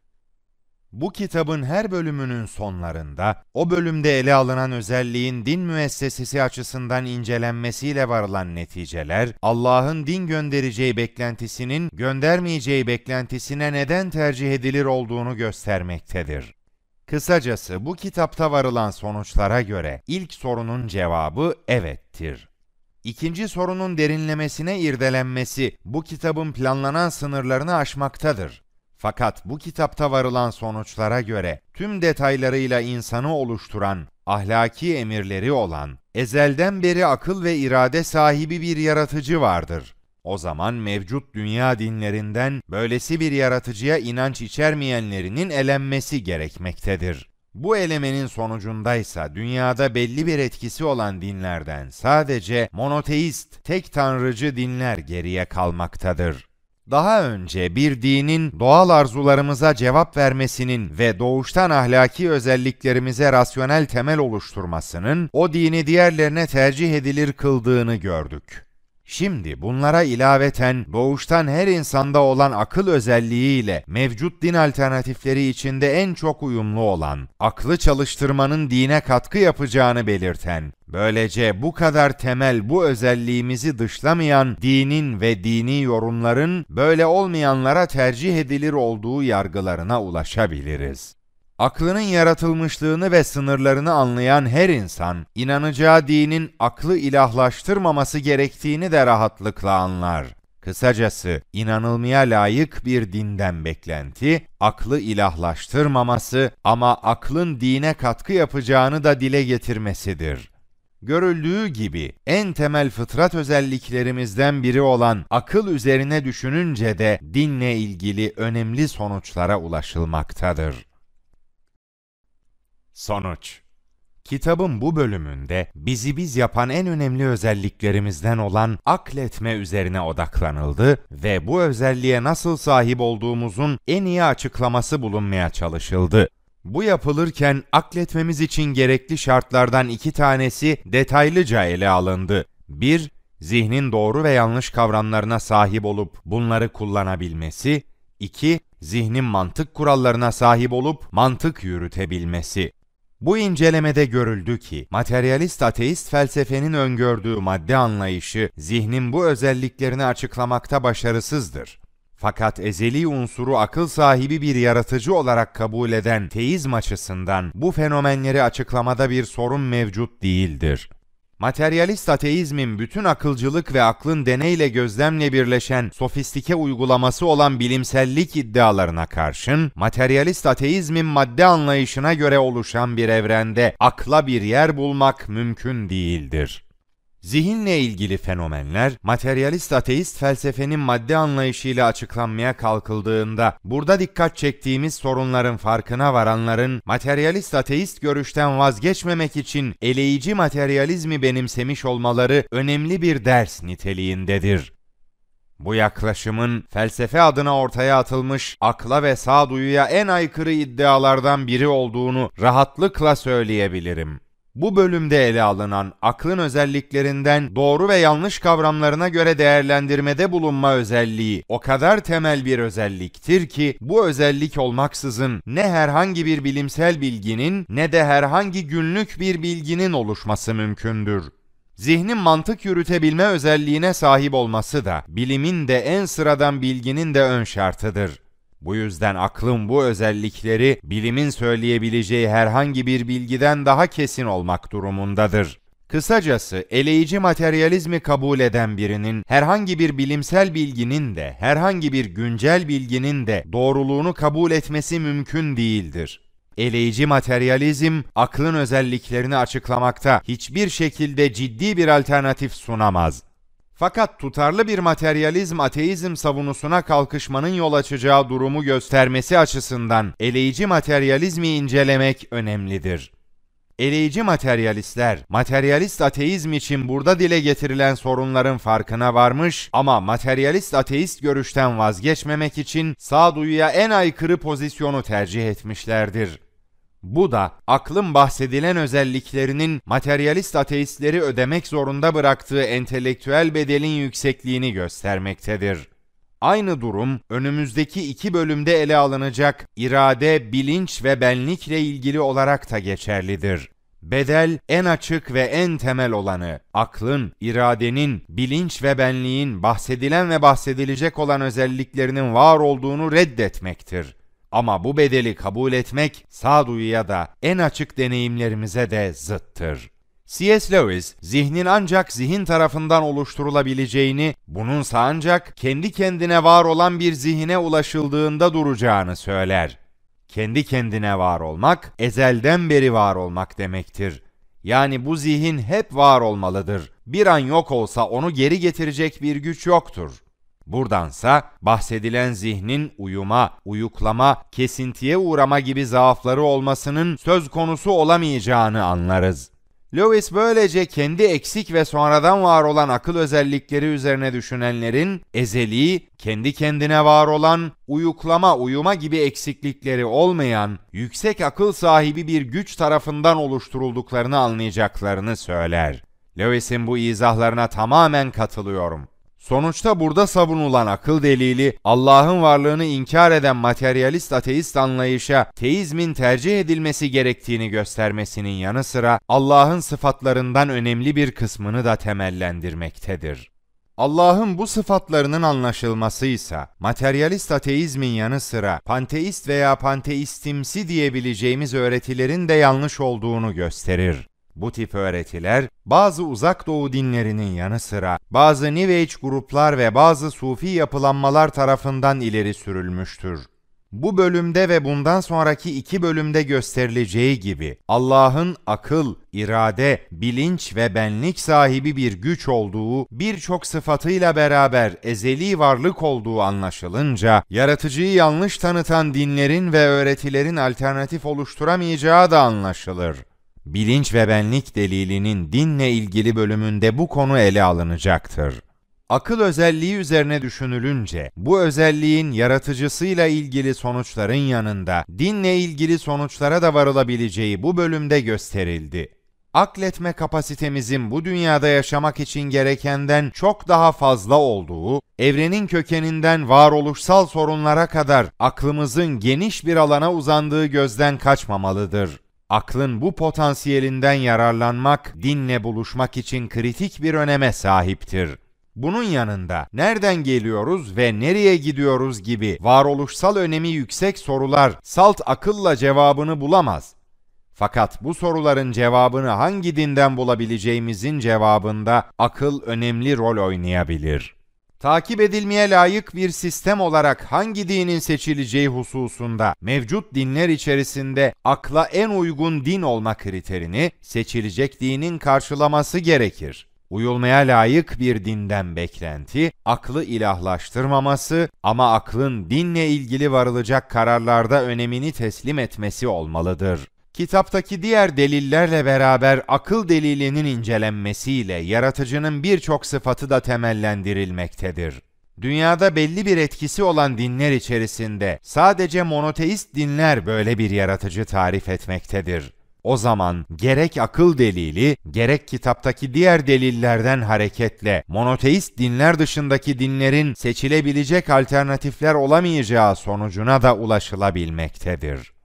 Bu kitabın her bölümünün sonlarında, o bölümde ele alınan özelliğin din müessesesi açısından incelenmesiyle varılan neticeler, Allah'ın din göndereceği beklentisinin göndermeyeceği beklentisine neden tercih edilir olduğunu göstermektedir. Kısacası bu kitapta varılan sonuçlara göre ilk sorunun cevabı evettir. İkinci sorunun derinlemesine irdelenmesi bu kitabın planlanan sınırlarını aşmaktadır. Fakat bu kitapta varılan sonuçlara göre tüm detaylarıyla insanı oluşturan, ahlaki emirleri olan, ezelden beri akıl ve irade sahibi bir yaratıcı vardır. O zaman mevcut dünya dinlerinden böylesi bir yaratıcıya inanç içermeyenlerinin elenmesi gerekmektedir. Bu elemenin sonucundaysa dünyada belli bir etkisi olan dinlerden sadece monoteist, tek tanrıcı dinler geriye kalmaktadır. Daha önce bir dinin doğal arzularımıza cevap vermesinin ve doğuştan ahlaki özelliklerimize rasyonel temel oluşturmasının o dini diğerlerine tercih edilir kıldığını gördük. Şimdi bunlara ilaveten doğuştan her insanda olan akıl özelliğiyle mevcut din alternatifleri içinde en çok uyumlu olan, aklı çalıştırmanın dine katkı yapacağını belirten, böylece bu kadar temel bu özelliğimizi dışlamayan dinin ve dini yorumların böyle olmayanlara tercih edilir olduğu yargılarına ulaşabiliriz. Aklının yaratılmışlığını ve sınırlarını anlayan her insan, inanacağı dinin aklı ilahlaştırmaması gerektiğini de rahatlıkla anlar. Kısacası, inanılmaya layık bir dinden beklenti, aklı ilahlaştırmaması ama aklın dine katkı yapacağını da dile getirmesidir. Görüldüğü gibi, en temel fıtrat özelliklerimizden biri olan akıl üzerine düşününce de dinle ilgili önemli sonuçlara ulaşılmaktadır. Sonuç: kitabın bu bölümünde bizi biz yapan en önemli özelliklerimizden olan akletme üzerine odaklanıldı ve bu özelliğe nasıl sahip olduğumuzun en iyi açıklaması bulunmaya çalışıldı. Bu yapılırken akletmemiz için gerekli şartlardan 2 tanesi detaylıca ele alındı. 1. Zihnin doğru ve yanlış kavramlarına sahip olup bunları kullanabilmesi. 2. Zihnin mantık kurallarına sahip olup mantık yürütebilmesi. Bu incelemede görüldü ki, materyalist ateist felsefenin öngördüğü madde anlayışı, zihnin bu özelliklerini açıklamakta başarısızdır. Fakat ezeli unsuru akıl sahibi bir yaratıcı olarak kabul eden teizm açısından bu fenomenleri açıklamada bir sorun mevcut değildir. Materyalist ateizmin bütün akılcılık ve aklın deneyle gözlemle birleşen sofistike uygulaması olan bilimsellik iddialarına karşın, materyalist ateizmin madde anlayışına göre oluşan bir evrende akla bir yer bulmak mümkün değildir. Zihinle ilgili fenomenler, materyalist ateist felsefenin madde anlayışıyla açıklanmaya kalkıldığında, burada dikkat çektiğimiz sorunların farkına varanların, materyalist ateist görüşten vazgeçmemek için eleyici materyalizmi benimsemiş olmaları önemli bir ders niteliğindedir. Bu yaklaşımın felsefe adına ortaya atılmış akla ve sağduyuya en aykırı iddialardan biri olduğunu rahatlıkla söyleyebilirim. Bu bölümde ele alınan aklın özelliklerinden doğru ve yanlış kavramlarına göre değerlendirmede bulunma özelliği o kadar temel bir özelliktir ki bu özellik olmaksızın ne herhangi bir bilimsel bilginin ne de herhangi günlük bir bilginin oluşması mümkündür. Zihnin mantık yürütebilme özelliğine sahip olması da bilimin de en sıradan bilginin de ön şartıdır. Bu yüzden aklın bu özellikleri bilimin söyleyebileceği herhangi bir bilgiden daha kesin olmak durumundadır. Kısacası eleyici materyalizmi kabul eden birinin herhangi bir bilimsel bilginin de herhangi bir güncel bilginin de doğruluğunu kabul etmesi mümkün değildir. Eleyici materyalizm, aklın özelliklerini açıklamakta hiçbir şekilde ciddi bir alternatif sunamaz. Fakat tutarlı bir materyalizm ateizm savunusuna kalkışmanın yol açacağı durumu göstermesi açısından eleyici materyalizmi incelemek önemlidir. Eleyici materyalistler, materyalist ateizm için burada dile getirilen sorunların farkına varmış ama materyalist ateist görüşten vazgeçmemek için sağduyuya en aykırı pozisyonu tercih etmişlerdir. Bu da aklın bahsedilen özelliklerinin materyalist ateistleri ödemek zorunda bıraktığı entelektüel bedelin yüksekliğini göstermektedir. Aynı durum önümüzdeki 2 bölümde ele alınacak irade, bilinç ve benlikle ilgili olarak da geçerlidir. Bedel en açık ve en temel olanı, aklın, iradenin, bilinç ve benliğin bahsedilen ve bahsedilecek olan özelliklerinin var olduğunu reddetmektir. Ama bu bedeli kabul etmek sağduyuya da en açık deneyimlerimize de zıttır. C.S. Lewis, zihnin ancak zihin tarafından oluşturulabileceğini, bununsa ancak kendi kendine var olan bir zihine ulaşıldığında duracağını söyler. Kendi kendine var olmak, ezelden beri var olmak demektir. Yani bu zihin hep var olmalıdır. Bir an yok olsa onu geri getirecek bir güç yoktur. Buradansa bahsedilen zihnin uyuma, uyuklama, kesintiye uğrama gibi zaafları olmasının söz konusu olamayacağını anlarız. Lewis böylece kendi eksik ve sonradan var olan akıl özellikleri üzerine düşünenlerin ezeli, kendi kendine var olan, uyuklama, uyuma gibi eksiklikleri olmayan, yüksek akıl sahibi bir güç tarafından oluşturulduklarını anlayacaklarını söyler. Lewis'in bu izahlarına tamamen katılıyorum. Sonuçta burada savunulan akıl delili, Allah'ın varlığını inkar eden materyalist ateist anlayışa teizmin tercih edilmesi gerektiğini göstermesinin yanı sıra Allah'ın sıfatlarından önemli bir kısmını da temellendirmektedir. Allah'ın bu sıfatlarının anlaşılması ise materyalist ateizmin yanı sıra panteist veya panteistimsi diyebileceğimiz öğretilerin de yanlış olduğunu gösterir. Bu tip öğretiler, bazı uzak doğu dinlerinin yanı sıra, bazı New Age gruplar ve bazı sufi yapılanmalar tarafından ileri sürülmüştür. Bu bölümde ve bundan sonraki 2 bölümde gösterileceği gibi, Allah'ın akıl, irade, bilinç ve benlik sahibi bir güç olduğu, birçok sıfatıyla beraber ezeli varlık olduğu anlaşılınca, yaratıcıyı yanlış tanıtan dinlerin ve öğretilerin alternatif oluşturamayacağı da anlaşılır. Bilinç ve benlik delilinin dinle ilgili bölümünde bu konu ele alınacaktır. Akıl özelliği üzerine düşünülünce, bu özelliğin yaratıcısıyla ilgili sonuçların yanında, dinle ilgili sonuçlara da varılabileceği bu bölümde gösterildi. Akletme kapasitemizin bu dünyada yaşamak için gerekenden çok daha fazla olduğu, evrenin kökeninden varoluşsal sorunlara kadar aklımızın geniş bir alana uzandığı gözden kaçmamalıdır. Aklın bu potansiyelinden yararlanmak, dinle buluşmak için kritik bir öneme sahiptir. Bunun yanında nereden geliyoruz ve nereye gidiyoruz gibi varoluşsal önemi yüksek sorular salt akılla cevabını bulamaz. Fakat bu soruların cevabını hangi dinden bulabileceğimizin cevabında akıl önemli rol oynayabilir. Takip edilmeye layık bir sistem olarak hangi dinin seçileceği hususunda mevcut dinler içerisinde akla en uygun din olma kriterini seçilecek dinin karşılaması gerekir. Uyulmaya layık bir dinden beklenti, aklı ilahlaştırmaması ama aklın dinle ilgili varılacak kararlarda önemini teslim etmesi olmalıdır. Kitaptaki diğer delillerle beraber akıl delilinin incelenmesiyle yaratıcının birçok sıfatı da temellendirilmektedir. Dünyada belli bir etkisi olan dinler içerisinde sadece monoteist dinler böyle bir yaratıcı tarif etmektedir. O zaman gerek akıl delili, gerek kitaptaki diğer delillerden hareketle monoteist dinler dışındaki dinlerin seçilebilecek alternatifler olamayacağı sonucuna da ulaşılabilmektedir.